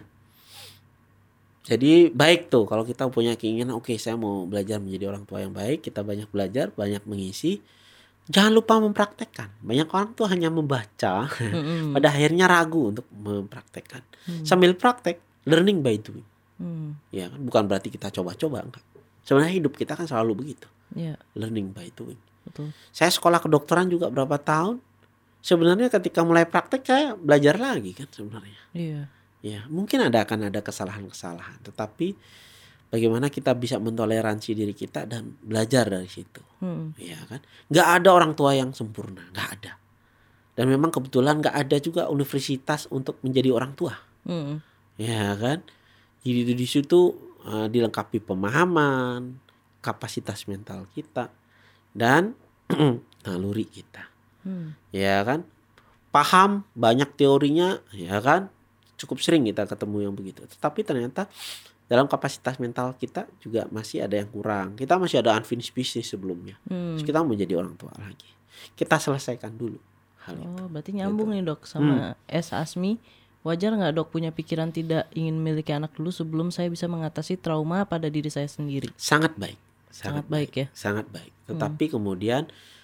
Jadi baik tuh kalau kita punya keinginan, oke okay, saya mau belajar menjadi orang tua yang baik, kita banyak belajar, banyak mengisi. Jangan lupa mempraktekkan. Banyak orang tuh hanya membaca, mm-hmm. pada akhirnya ragu untuk mempraktekkan. Mm. Sambil praktek, learning by doing. Mm. Ya kan, bukan berarti kita coba-coba, enggak. Sebenarnya hidup kita kan selalu begitu. Yeah. Learning by doing. Betul. Saya sekolah kedokteran juga berapa tahun. Sebenarnya ketika mulai praktek saya belajar lagi kan sebenarnya. Iya. Yeah. Ya, mungkin ada akan ada kesalahan-kesalahan, tetapi bagaimana kita bisa mentoleransi diri kita dan belajar dari situ, hmm. ya kan? Gak ada orang tua yang sempurna, gak ada. Dan memang kebetulan gak ada juga universitas untuk menjadi orang tua, hmm. ya kan? Jadi di situ uh, dilengkapi pemahaman, kapasitas mental kita dan naluri kita, hmm. ya kan? Paham banyak teorinya, ya kan? Cukup sering kita ketemu yang begitu. Tetapi ternyata dalam kapasitas mental kita juga masih ada yang kurang. Kita masih ada unfinished business sebelumnya. Hmm. Terus kita mau jadi orang tua lagi. Kita selesaikan dulu hal oh, itu. Berarti nyambung gitu. Nih dok sama hmm. S. Asmi. Wajar nggak dok punya pikiran tidak ingin memiliki anak dulu sebelum saya bisa mengatasi trauma pada diri saya sendiri? Sangat baik. Sangat, Sangat baik, baik ya. Sangat baik. Tetapi hmm. kemudian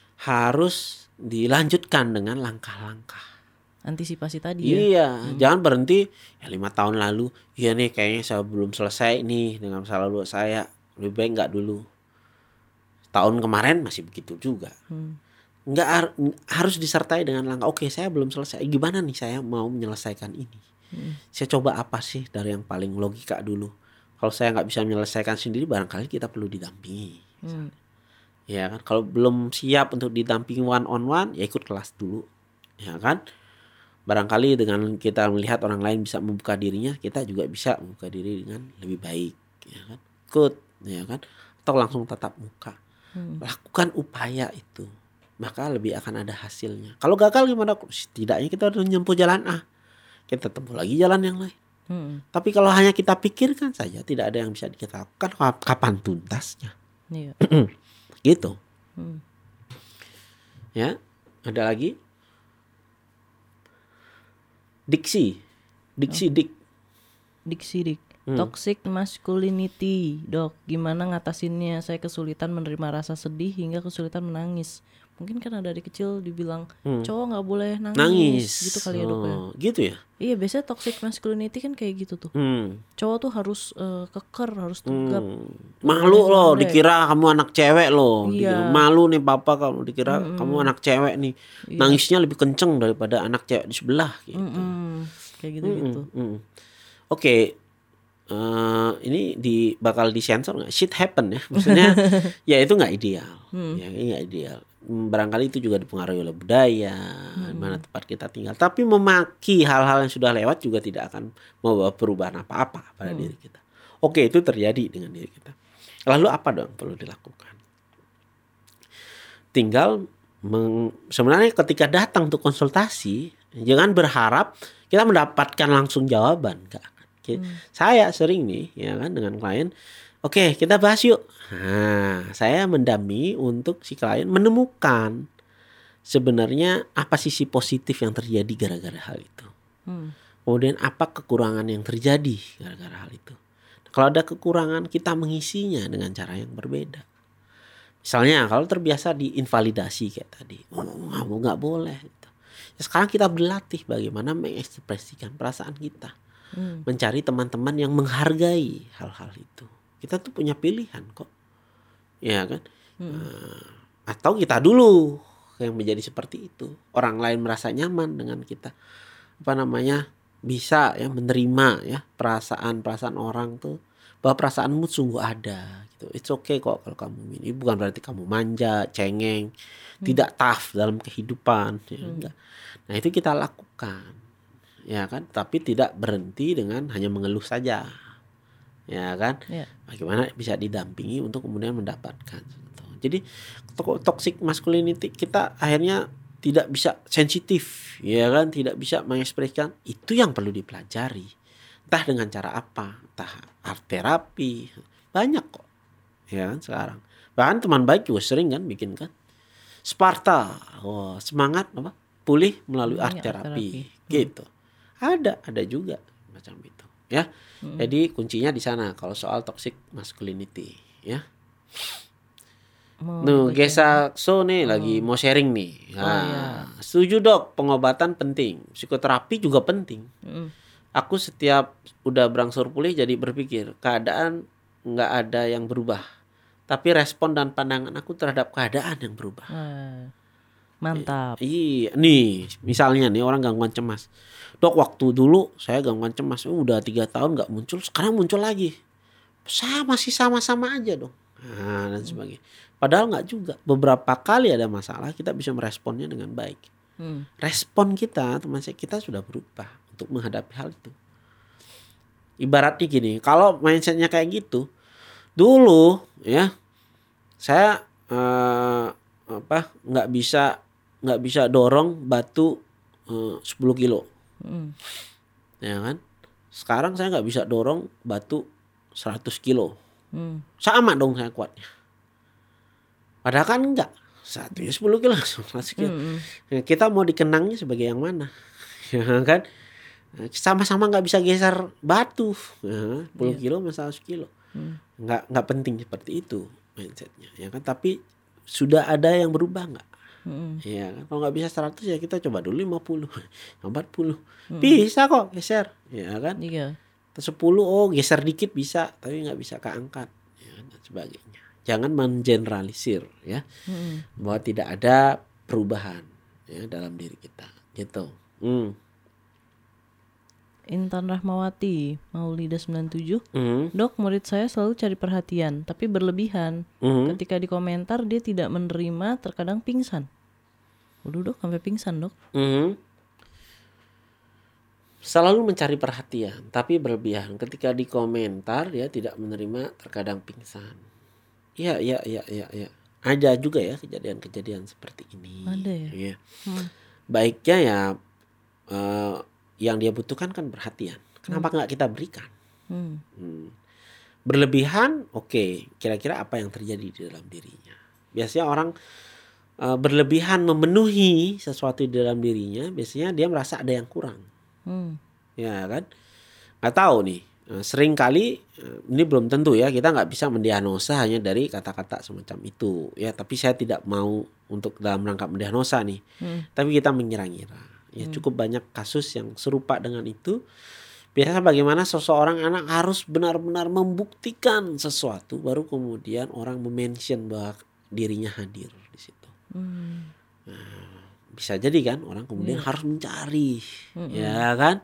harus dilanjutkan dengan langkah-langkah. Antisipasi tadi ya. Iya, hmm. jangan berhenti ya lima tahun lalu. Iya nih kayaknya saya belum selesai nih dengan masa lalu saya. Lebih baik nggak dulu. Tahun kemarin masih begitu juga. Hmm. Nggak har- harus disertai dengan langkah. Oke, saya belum selesai. Gimana nih saya mau menyelesaikan ini? Hmm. Saya coba apa sih dari yang paling logika dulu. Kalau saya nggak bisa menyelesaikan sendiri, barangkali kita perlu didampingi. Hmm. Ya kan. Kalau belum siap untuk didampingi one on one, ya ikut kelas dulu. Ya kan. Barangkali dengan kita melihat orang lain bisa membuka dirinya, kita juga bisa membuka diri dengan lebih baik, ya kan? Ikut, ya kan? Atau langsung tatap muka. Hmm. Lakukan upaya itu, maka lebih akan ada hasilnya. Kalau gagal gimana? Setidaknya kita udah menempuh jalan A, kita tempuh lagi jalan yang lain. Hmm. Tapi kalau hanya kita pikirkan saja, tidak ada yang bisa kita lakukan. Kapan tuntasnya? Iya. Gitu. Hmm. Ya, ada lagi? Diksi, diksi oh. dik, diksi dik, hmm. toxic masculinity, dok. Gimana ngatasinnya? Saya kesulitan menerima rasa sedih hingga kesulitan menangis. Mungkin karena dari kecil dibilang hmm. cowok nggak boleh nangis, nangis, gitu kali ya dok ya. Oh, gitu ya? Iya, biasanya toxic masculinity kan kayak gitu tuh. Hmm. Cowok tuh harus uh, keker, harus tegap. Hmm. Malu loh, dikira kamu anak cewek loh. Iya. Malu nih papa kalau dikira hmm. kamu anak cewek nih. Iya. Nangisnya lebih kenceng daripada anak cewek di sebelah gitu. Hmm. Kayak gitu-gitu. Hmm. Hmm. Oke. Okay. Uh, ini di bakal disensor nggak? Shit happen ya, maksudnya ya itu nggak ideal, hmm. ya nggak ideal. Barangkali itu juga dipengaruhi oleh budaya, hmm. mana tempat kita tinggal. Tapi memaki hal-hal yang sudah lewat juga tidak akan membawa perubahan apa-apa pada hmm. diri kita. Oke, itu terjadi dengan diri kita. Lalu apa dong perlu dilakukan? Tinggal meng, sebenarnya ketika datang untuk konsultasi, jangan berharap kita mendapatkan langsung jawaban, enggak. Okay. Hmm. Saya sering nih ya kan dengan klien, oke okay, kita bahas yuk. Nah, saya mendampingi untuk si klien menemukan sebenarnya apa sisi positif yang terjadi gara-gara hal itu. Hmm. Kemudian apa kekurangan yang terjadi gara-gara hal itu. Nah, kalau ada kekurangan kita mengisinya dengan cara yang berbeda. Misalnya kalau terbiasa diinvalidasi kayak tadi, oh kamu nggak boleh. Gitu. Ya, sekarang kita berlatih bagaimana mengekspresikan perasaan kita. Hmm. mencari teman-teman yang menghargai hal-hal itu. Kita tuh punya pilihan kok, ya kan? Hmm. Uh, atau kita dulu yang menjadi seperti itu. Orang lain merasa nyaman dengan kita, apa namanya, bisa ya menerima ya perasaan-perasaan orang tuh, bahwa perasaanmu sungguh ada gitu. It's okay kok kalau kamu ini, bukan berarti kamu manja, cengeng, hmm. tidak tough dalam kehidupan ya, hmm. enggak. Nah itu kita lakukan ya kan, tapi tidak berhenti dengan hanya mengeluh saja ya kan. Yeah. Bagaimana bisa didampingi untuk kemudian mendapatkan. Jadi toxic masculinity kita akhirnya tidak bisa sensitif ya kan, tidak bisa mengekspresikan. Itu yang perlu dipelajari, entah dengan cara apa, entah art terapi, banyak kok ya kan sekarang. Bahkan teman baik juga sering kan bikin kan Sparta, oh, semangat apa pulih melalui art terapi, art terapi. Gitu. Hmm. Ada ada juga macam itu ya. Hmm. Jadi kuncinya di sana kalau soal toxic masculinity ya. Nuh, Gesa So nih oh. lagi mau sharing nih. Nah, oh, iya. Setuju dok, pengobatan penting, psikoterapi juga penting. Mm. Aku setiap udah berangsur pulih jadi berpikir keadaan nggak ada yang berubah, tapi respon dan pandangan aku terhadap keadaan yang berubah. Uh, mantap. Iya, nih misalnya nih orang gangguan cemas. Dok, waktu dulu saya gangguan cemas, oh, udah tiga tahun nggak muncul, sekarang muncul lagi. Sama sih sama-sama aja dong. Nah, dan sebagainya. Padahal nggak juga. Beberapa kali ada masalah kita bisa meresponnya dengan baik. Hmm. Respon kita, teman saya, kita sudah berubah untuk menghadapi hal itu. Ibaratnya gini, kalau mindsetnya kayak gitu, dulu ya saya eh, apa nggak bisa nggak bisa dorong batu eh, sepuluh kilo, hmm. ya kan? Sekarang saya nggak bisa dorong batu seratus kilo, hmm. sama dong saya kuatnya. Padahal kan enggak, satunya sepuluh kilo, seratus kilo. Mm-hmm. Kita mau dikenangnya sebagai yang mana, ya kan? Sama-sama nggak bisa geser batu, ya, sepuluh yeah. kilo sama seratus kilo, mm. nggak nggak penting seperti itu mindsetnya, ya kan? Tapi sudah ada yang berubah nggak? Mm. Ya kan? Kalau nggak bisa seratus ya kita coba dulu lima puluh, empat puluh, mm. bisa kok geser, ya kan? Yeah. sepuluh oh geser dikit bisa, tapi nggak bisa keangkat, ya kan? Dan sebagainya. Jangan mengeneralisir ya, hmm. bahwa tidak ada perubahan ya dalam diri kita gitu. Hmm. Intan Rahmawati Maulida sembilan puluh tujuh, hmm. Dok, murid saya selalu cari perhatian tapi berlebihan. hmm. Ketika di komentar dia tidak menerima, terkadang pingsan. Waduh dok, sampai pingsan dok. hmm. Selalu mencari perhatian tapi berlebihan. Ketika di komentar dia tidak menerima, terkadang pingsan. Iya, iya, iya, iya, ya. Ada juga ya kejadian-kejadian seperti ini. Ada ya. Ya. Hmm. Baiknya ya uh, yang dia butuhkan kan perhatian. Kenapa nggak hmm. kita berikan? Hmm. Hmm. Berlebihan, oke. Okay. Kira-kira apa yang terjadi di dalam dirinya? Biasanya orang uh, berlebihan memenuhi sesuatu di dalam dirinya. Biasanya dia merasa ada yang kurang. Hmm. Ya kan? Nggak tahu nih. Sering kali ini belum tentu ya, kita nggak bisa mendiagnosa hanya dari kata-kata semacam itu ya, tapi saya tidak mau untuk dalam rangka mendiagnosa nih, hmm. tapi kita mengira-ngira ya, hmm. cukup banyak kasus yang serupa dengan itu. Biasanya bagaimana seseorang anak harus benar-benar membuktikan sesuatu baru kemudian orang mention bahwa dirinya hadir di situ. hmm. Nah, bisa jadi kan orang kemudian hmm. harus mencari, hmm. ya kan,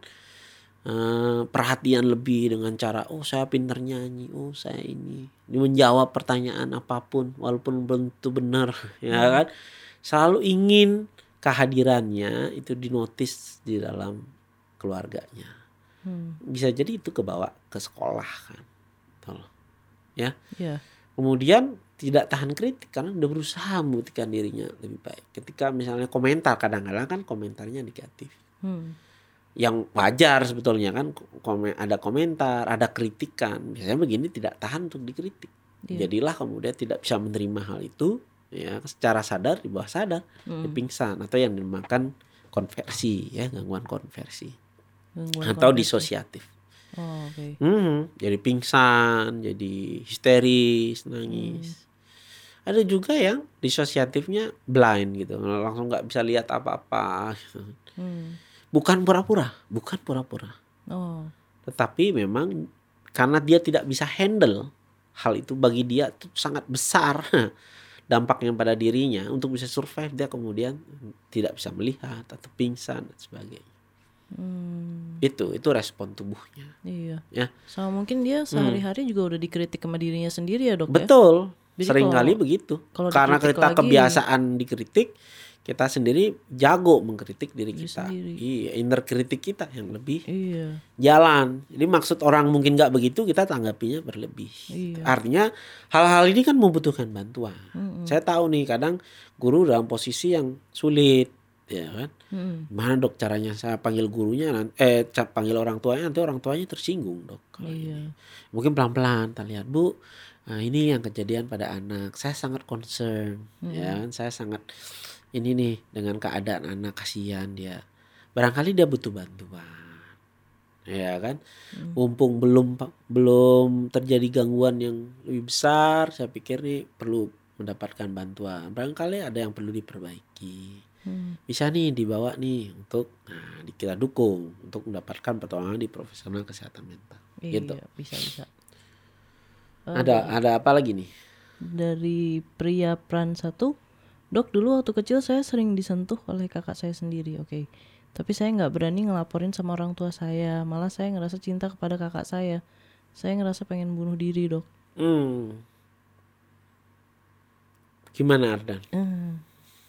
Uh, perhatian lebih dengan cara oh saya pintar nyanyi, oh saya ini, ini menjawab pertanyaan apapun walaupun belum tentu benar, ya kan, selalu ingin kehadirannya itu dinotis di dalam keluarganya. hmm. Bisa jadi itu kebawa ke sekolah kan, tuh, ya. Yeah. Kemudian tidak tahan kritik karena udah berusaha membuktikan dirinya lebih baik. Ketika misalnya komentar, kadang-kadang kan komentarnya negatif. hmm. Yang wajar sebetulnya kan, komen, ada komentar, ada kritikan. Biasanya begini tidak tahan untuk dikritik. Yeah. Jadilah kemudian tidak bisa menerima hal itu ya, secara sadar, di bawah sadar, hmm. dia pingsan atau yang dinamakan konversi ya, gangguan konversi. Gangguan atau konversi. Disosiatif. Oh, okay. hmm, jadi pingsan, jadi histeris, nangis. Hmm. Ada juga yang disosiatifnya blind gitu, langsung nggak bisa lihat apa-apa. Gitu. Hmm. Bukan pura-pura, bukan pura-pura. Oh. tetapi memang karena dia tidak bisa handle hal itu, bagi dia itu sangat besar dampaknya pada dirinya, untuk bisa survive dia kemudian tidak bisa melihat atau pingsan dan sebagainya. Hmm. Itu itu respon tubuhnya. Iya. Ya. Sama mungkin dia sehari-hari hmm. juga udah dikritik sama dirinya sendiri ya dok. Betul. Ya? Seringkali begitu. Karena kita lagi, kebiasaan dikritik, kita sendiri jago mengkritik diri kita. Sendiri. Iya, inner kritik kita yang lebih iya. jalan. Jadi maksud orang mungkin nggak begitu, kita tanggapinya berlebih. Iya. Artinya hal-hal ini kan membutuhkan bantuan. Mm-mm. Saya tahu nih kadang guru dalam posisi yang sulit, ya kan. Mm. Gimana dok caranya saya panggil gurunya, eh panggil orang tuanya, nanti orang tuanya tersinggung dok. Iya. Mungkin pelan-pelan, kita lihat bu. Nah, ini yang kejadian pada anak. Saya sangat concern, mm. ya kan. Saya sangat ini nih dengan keadaan anak, kasihan dia. Barangkali dia butuh bantuan. Ya kan? Hmm. Mumpung belum belum terjadi gangguan yang lebih besar, saya pikir nih perlu mendapatkan bantuan. Barangkali ada yang perlu diperbaiki. Hmm. Bisa nih dibawa nih untuk nah kita dukung untuk mendapatkan pertolongan di profesional kesehatan mental. Iya, gitu. bisa bisa. Ada uh, ada apa lagi nih? Dari pria peran satu. Dok, dulu waktu kecil saya sering disentuh oleh kakak saya sendiri, oke. Okay. Tapi saya nggak berani ngelaporin sama orang tua saya. Malah saya ngerasa cinta kepada kakak saya. Saya ngerasa pengen bunuh diri, dok. Hmm. Gimana Ardan? Hmm.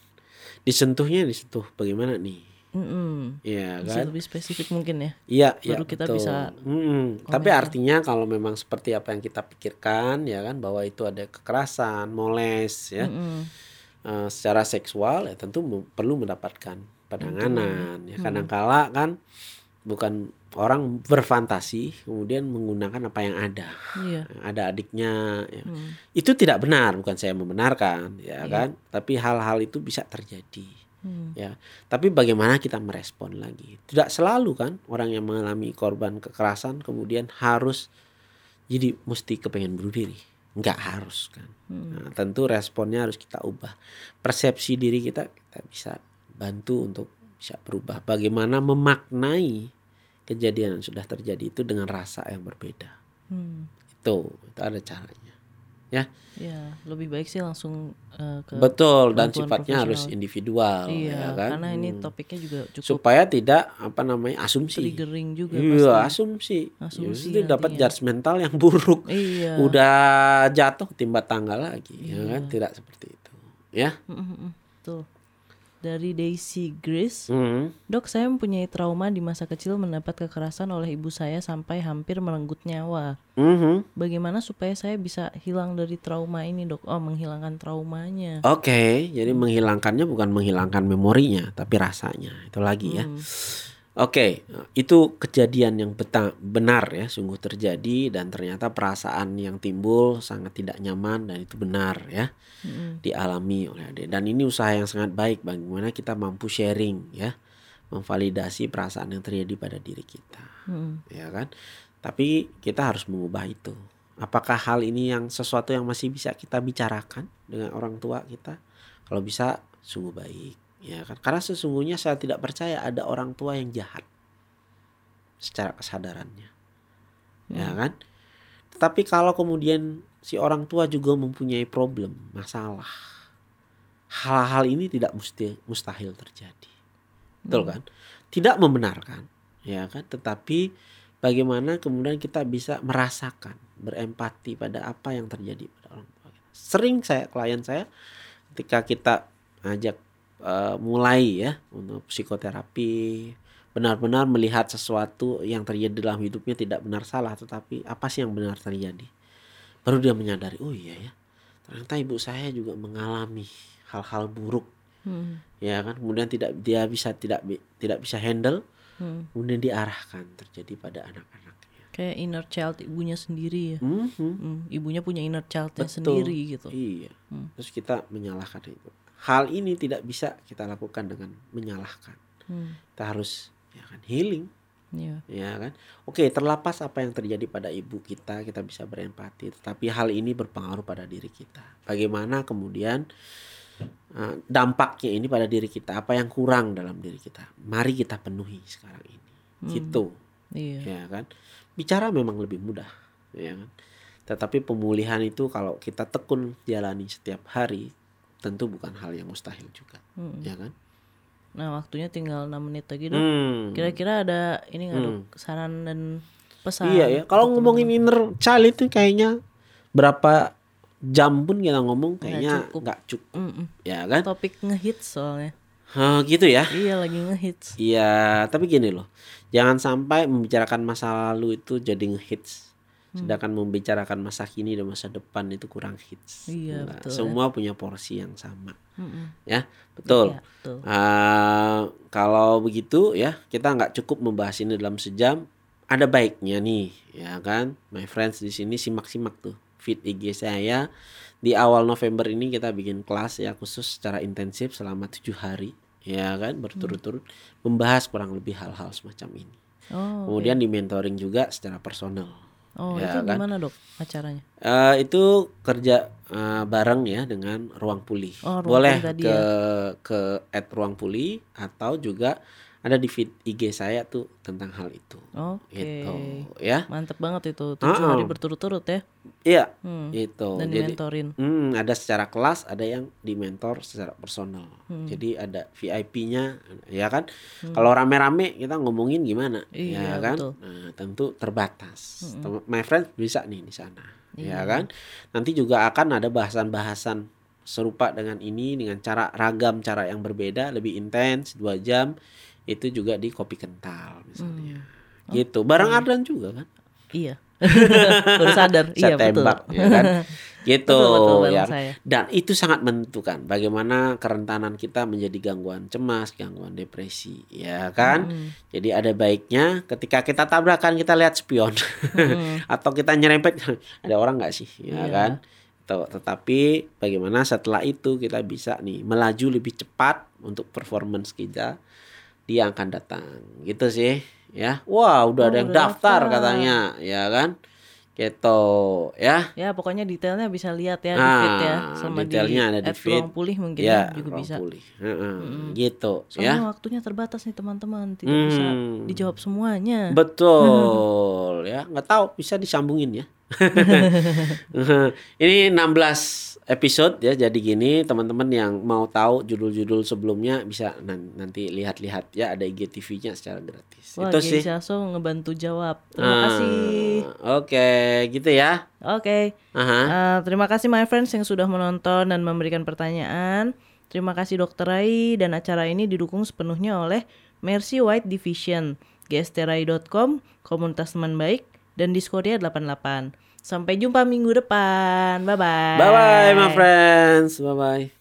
Disentuhnya disentuh bagaimana nih? Mm-mm. Ya bisa kan? lebih spesifik mungkin ya. Iya, baru ya, kita betul. bisa. Tapi artinya kalau memang seperti apa yang kita pikirkan, ya kan, bahwa itu ada kekerasan, moles, ya. Mm-mm. Uh, secara seksual ya tentu perlu mendapatkan penanganan. Ya, kadang-kala kan bukan orang berfantasi kemudian menggunakan apa yang ada. Iya. Ada adiknya. Ya. Hmm. Itu tidak benar, bukan saya membenarkan, ya iya. kan. Tapi hal-hal itu bisa terjadi. Hmm. Ya. Tapi bagaimana kita merespon lagi? Tidak selalu kan orang yang mengalami korban kekerasan kemudian harus jadi mesti kepengen bunuh diri. Enggak harus kan. Hmm. Nah, tentu responnya harus kita ubah. Persepsi diri kita kita bisa bantu untuk bisa berubah. Bagaimana memaknai kejadian yang sudah terjadi itu dengan rasa yang berbeda. Hmm. Itu, itu ada caranya. Ya. Ya, lebih baik sih langsung uh, ke betul dan sifatnya harus individual. Iya, ya kan? karena ini hmm. topiknya juga cukup supaya tidak apa namanya asumsi. Triggering juga. Iya, asumsi. Asumsi ya, dapat judgmental yang buruk. Iya. Udah jatuh timba tangga lagi, iya. ya kan? Tidak seperti itu. Ya. Tuh. Dari Daisy Grace, mm-hmm. dok saya mempunyai trauma di masa kecil mendapat kekerasan oleh ibu saya sampai hampir merenggut nyawa. Mm-hmm. Bagaimana supaya saya bisa hilang dari trauma ini dok? Oh, menghilangkan traumanya. Oke, okay, jadi hmm. menghilangkannya bukan menghilangkan memorinya, tapi rasanya. Itu lagi ya. Hmm. Oke, okay, itu kejadian yang beta- benar ya, sungguh terjadi dan ternyata perasaan yang timbul sangat tidak nyaman dan itu benar ya, mm-hmm. dialami oleh adik. Dan ini usaha yang sangat baik bagaimana kita mampu sharing ya, memvalidasi perasaan yang terjadi pada diri kita, mm-hmm. ya kan. Tapi kita harus mengubah itu. Apakah hal ini yang sesuatu yang masih bisa kita bicarakan dengan orang tua kita? Kalau bisa, sungguh baik. Ya kan, karena sesungguhnya saya tidak percaya ada orang tua yang jahat secara kesadarannya, hmm. ya kan. Tetapi kalau kemudian si orang tua juga mempunyai problem, masalah, hal-hal ini tidak mesti mustahil terjadi, hmm. betul kan? Tidak membenarkan, ya kan. Tetapi bagaimana kemudian kita bisa merasakan, berempati pada apa yang terjadi pada orang tua kita. Sering saya klien saya ketika kita ajak Uh, mulai ya untuk psikoterapi, benar-benar melihat sesuatu yang terjadi dalam hidupnya tidak benar salah, tetapi apa sih yang benar terjadi, baru dia menyadari, oh iya ya, ternyata ibu saya juga mengalami hal-hal buruk, hmm. ya kan, kemudian tidak dia bisa tidak tidak bisa handle, hmm. kemudian diarahkan terjadi pada anak-anaknya. Kayak inner child ibunya sendiri ya, hmm. Hmm. ibunya punya inner childnya sendiri gitu. Iya, hmm. terus kita menyalahkan itu. Hal ini tidak bisa kita lakukan dengan menyalahkan. Hmm. Kita harus ya kan healing. Yeah. Ya kan? Oke, terlepas apa yang terjadi pada ibu kita, kita bisa berempati, tetapi hal ini berpengaruh pada diri kita. Bagaimana kemudian uh, dampaknya ini pada diri kita, apa yang kurang dalam diri kita. Mari kita penuhi sekarang ini. Hmm. Gitu. Iya. ya kan. Bicara memang lebih mudah, ya kan. Tetapi pemulihan itu kalau kita tekun jalani setiap hari, tentu bukan hal yang mustahil juga, hmm. ya kan. Nah, waktunya tinggal enam menit lagi, Dok. Hmm. Kira-kira ada ini nggak, Dok, hmm. saran dan pesan? Iya ya. Kalau ngomongin teman-teman. Inner child itu kayaknya berapa jam pun kita ngomong kayaknya nggak cukup, gak cukup. Ya kan. Topik ngehits soalnya. Oh, gitu ya. Iya, lagi ngehits. Iya, tapi gini loh. Jangan sampai membicarakan masa lalu itu jadi ngehits. Hmm. Sedangkan membicarakan masa kini dan masa depan itu kurang hits. Iya, nah, betul. Semua ya. Punya porsi yang sama. Hmm. Ya, betul. Iya, betul. Uh, kalau begitu ya, kita nggak cukup membahas ini dalam sejam. Ada baiknya nih, ya kan, my friends di sini simak-simak tuh feed I G saya. Di awal November ini kita bikin kelas ya khusus secara intensif selama tujuh hari, ya kan, berturut-turut hmm. membahas kurang lebih hal-hal semacam ini. Oh, kemudian okay. di mentoring juga secara personal. Oh, ya itu kan? gimana, Dok, acaranya? Uh, itu kerja uh, bareng ya dengan Ruang Pulih. Oh, Boleh tadi ke ya. ke at Ruang Pulih atau juga ada di feed I G saya tuh tentang hal itu. Oke. Gitu, ya. Mantep banget itu. tujuh hari berturut-turut ya. Iya, hmm. itu. Dan jadi dimentorin. Hmm, ada secara kelas, ada yang dimentor secara personal. Hmm. Jadi ada V I P-nya, ya kan. Hmm. Kalau rame-rame kita ngomongin gimana, iya, ya kan. Betul. Nah, tentu terbatas. Hmm. My friend bisa nih di sana, iya. ya kan. Nanti juga akan ada bahasan-bahasan serupa dengan ini dengan cara ragam, cara yang berbeda, lebih intens, dua jam. Itu juga di Kopi Kental misalnya. Hmm. Gitu. Barang Ardan juga kan? Iya. Baru sadar. Saya iya, tembak, betul. Ya kan? Gitu. Betul, betul, ya. saya. Dan itu sangat menentukan bagaimana kerentanan kita menjadi gangguan cemas, gangguan depresi, ya kan? Hmm. Jadi ada baiknya ketika kita tabrakan kita lihat spion hmm. atau kita nyerempet ada orang nggak sih, ya iya. kan? Tetapi bagaimana setelah itu kita bisa nih melaju lebih cepat untuk performance kita dia akan datang, gitu sih, ya. Wah, udah oh, ada yang daftar, daftar katanya, ya kan, gitu, ya. Ya, pokoknya detailnya bisa lihat ya nah, di feed ya, sama detailnya di ada di feed. Ruang Pulih mungkin ya, juga bisa. Pulih. Uh-uh, hmm. Gitu, soalnya ya. waktunya terbatas nih teman-teman, tidak hmm. bisa dijawab semuanya. Betul, ya. Nggak tahu bisa disambungin ya. Ini enam belas episode ya, jadi gini teman-teman yang mau tahu judul-judul sebelumnya bisa nanti lihat-lihat ya, ada I G T V-nya secara gratis. Wah, itu sih. sih. Saso ngebantu jawab. Terima ah, kasih. Oke, okay, gitu ya. Oke. Okay. Uh, terima kasih my friends yang sudah menonton dan memberikan pertanyaan. Terima kasih Dokter Rai, dan acara ini didukung sepenuhnya oleh Mercy White Division, g s t rai dot com, komunitas teman baik, dan Discordia delapan puluh delapan. Sampai jumpa minggu depan. Bye-bye. Bye-bye my friends. Bye-bye.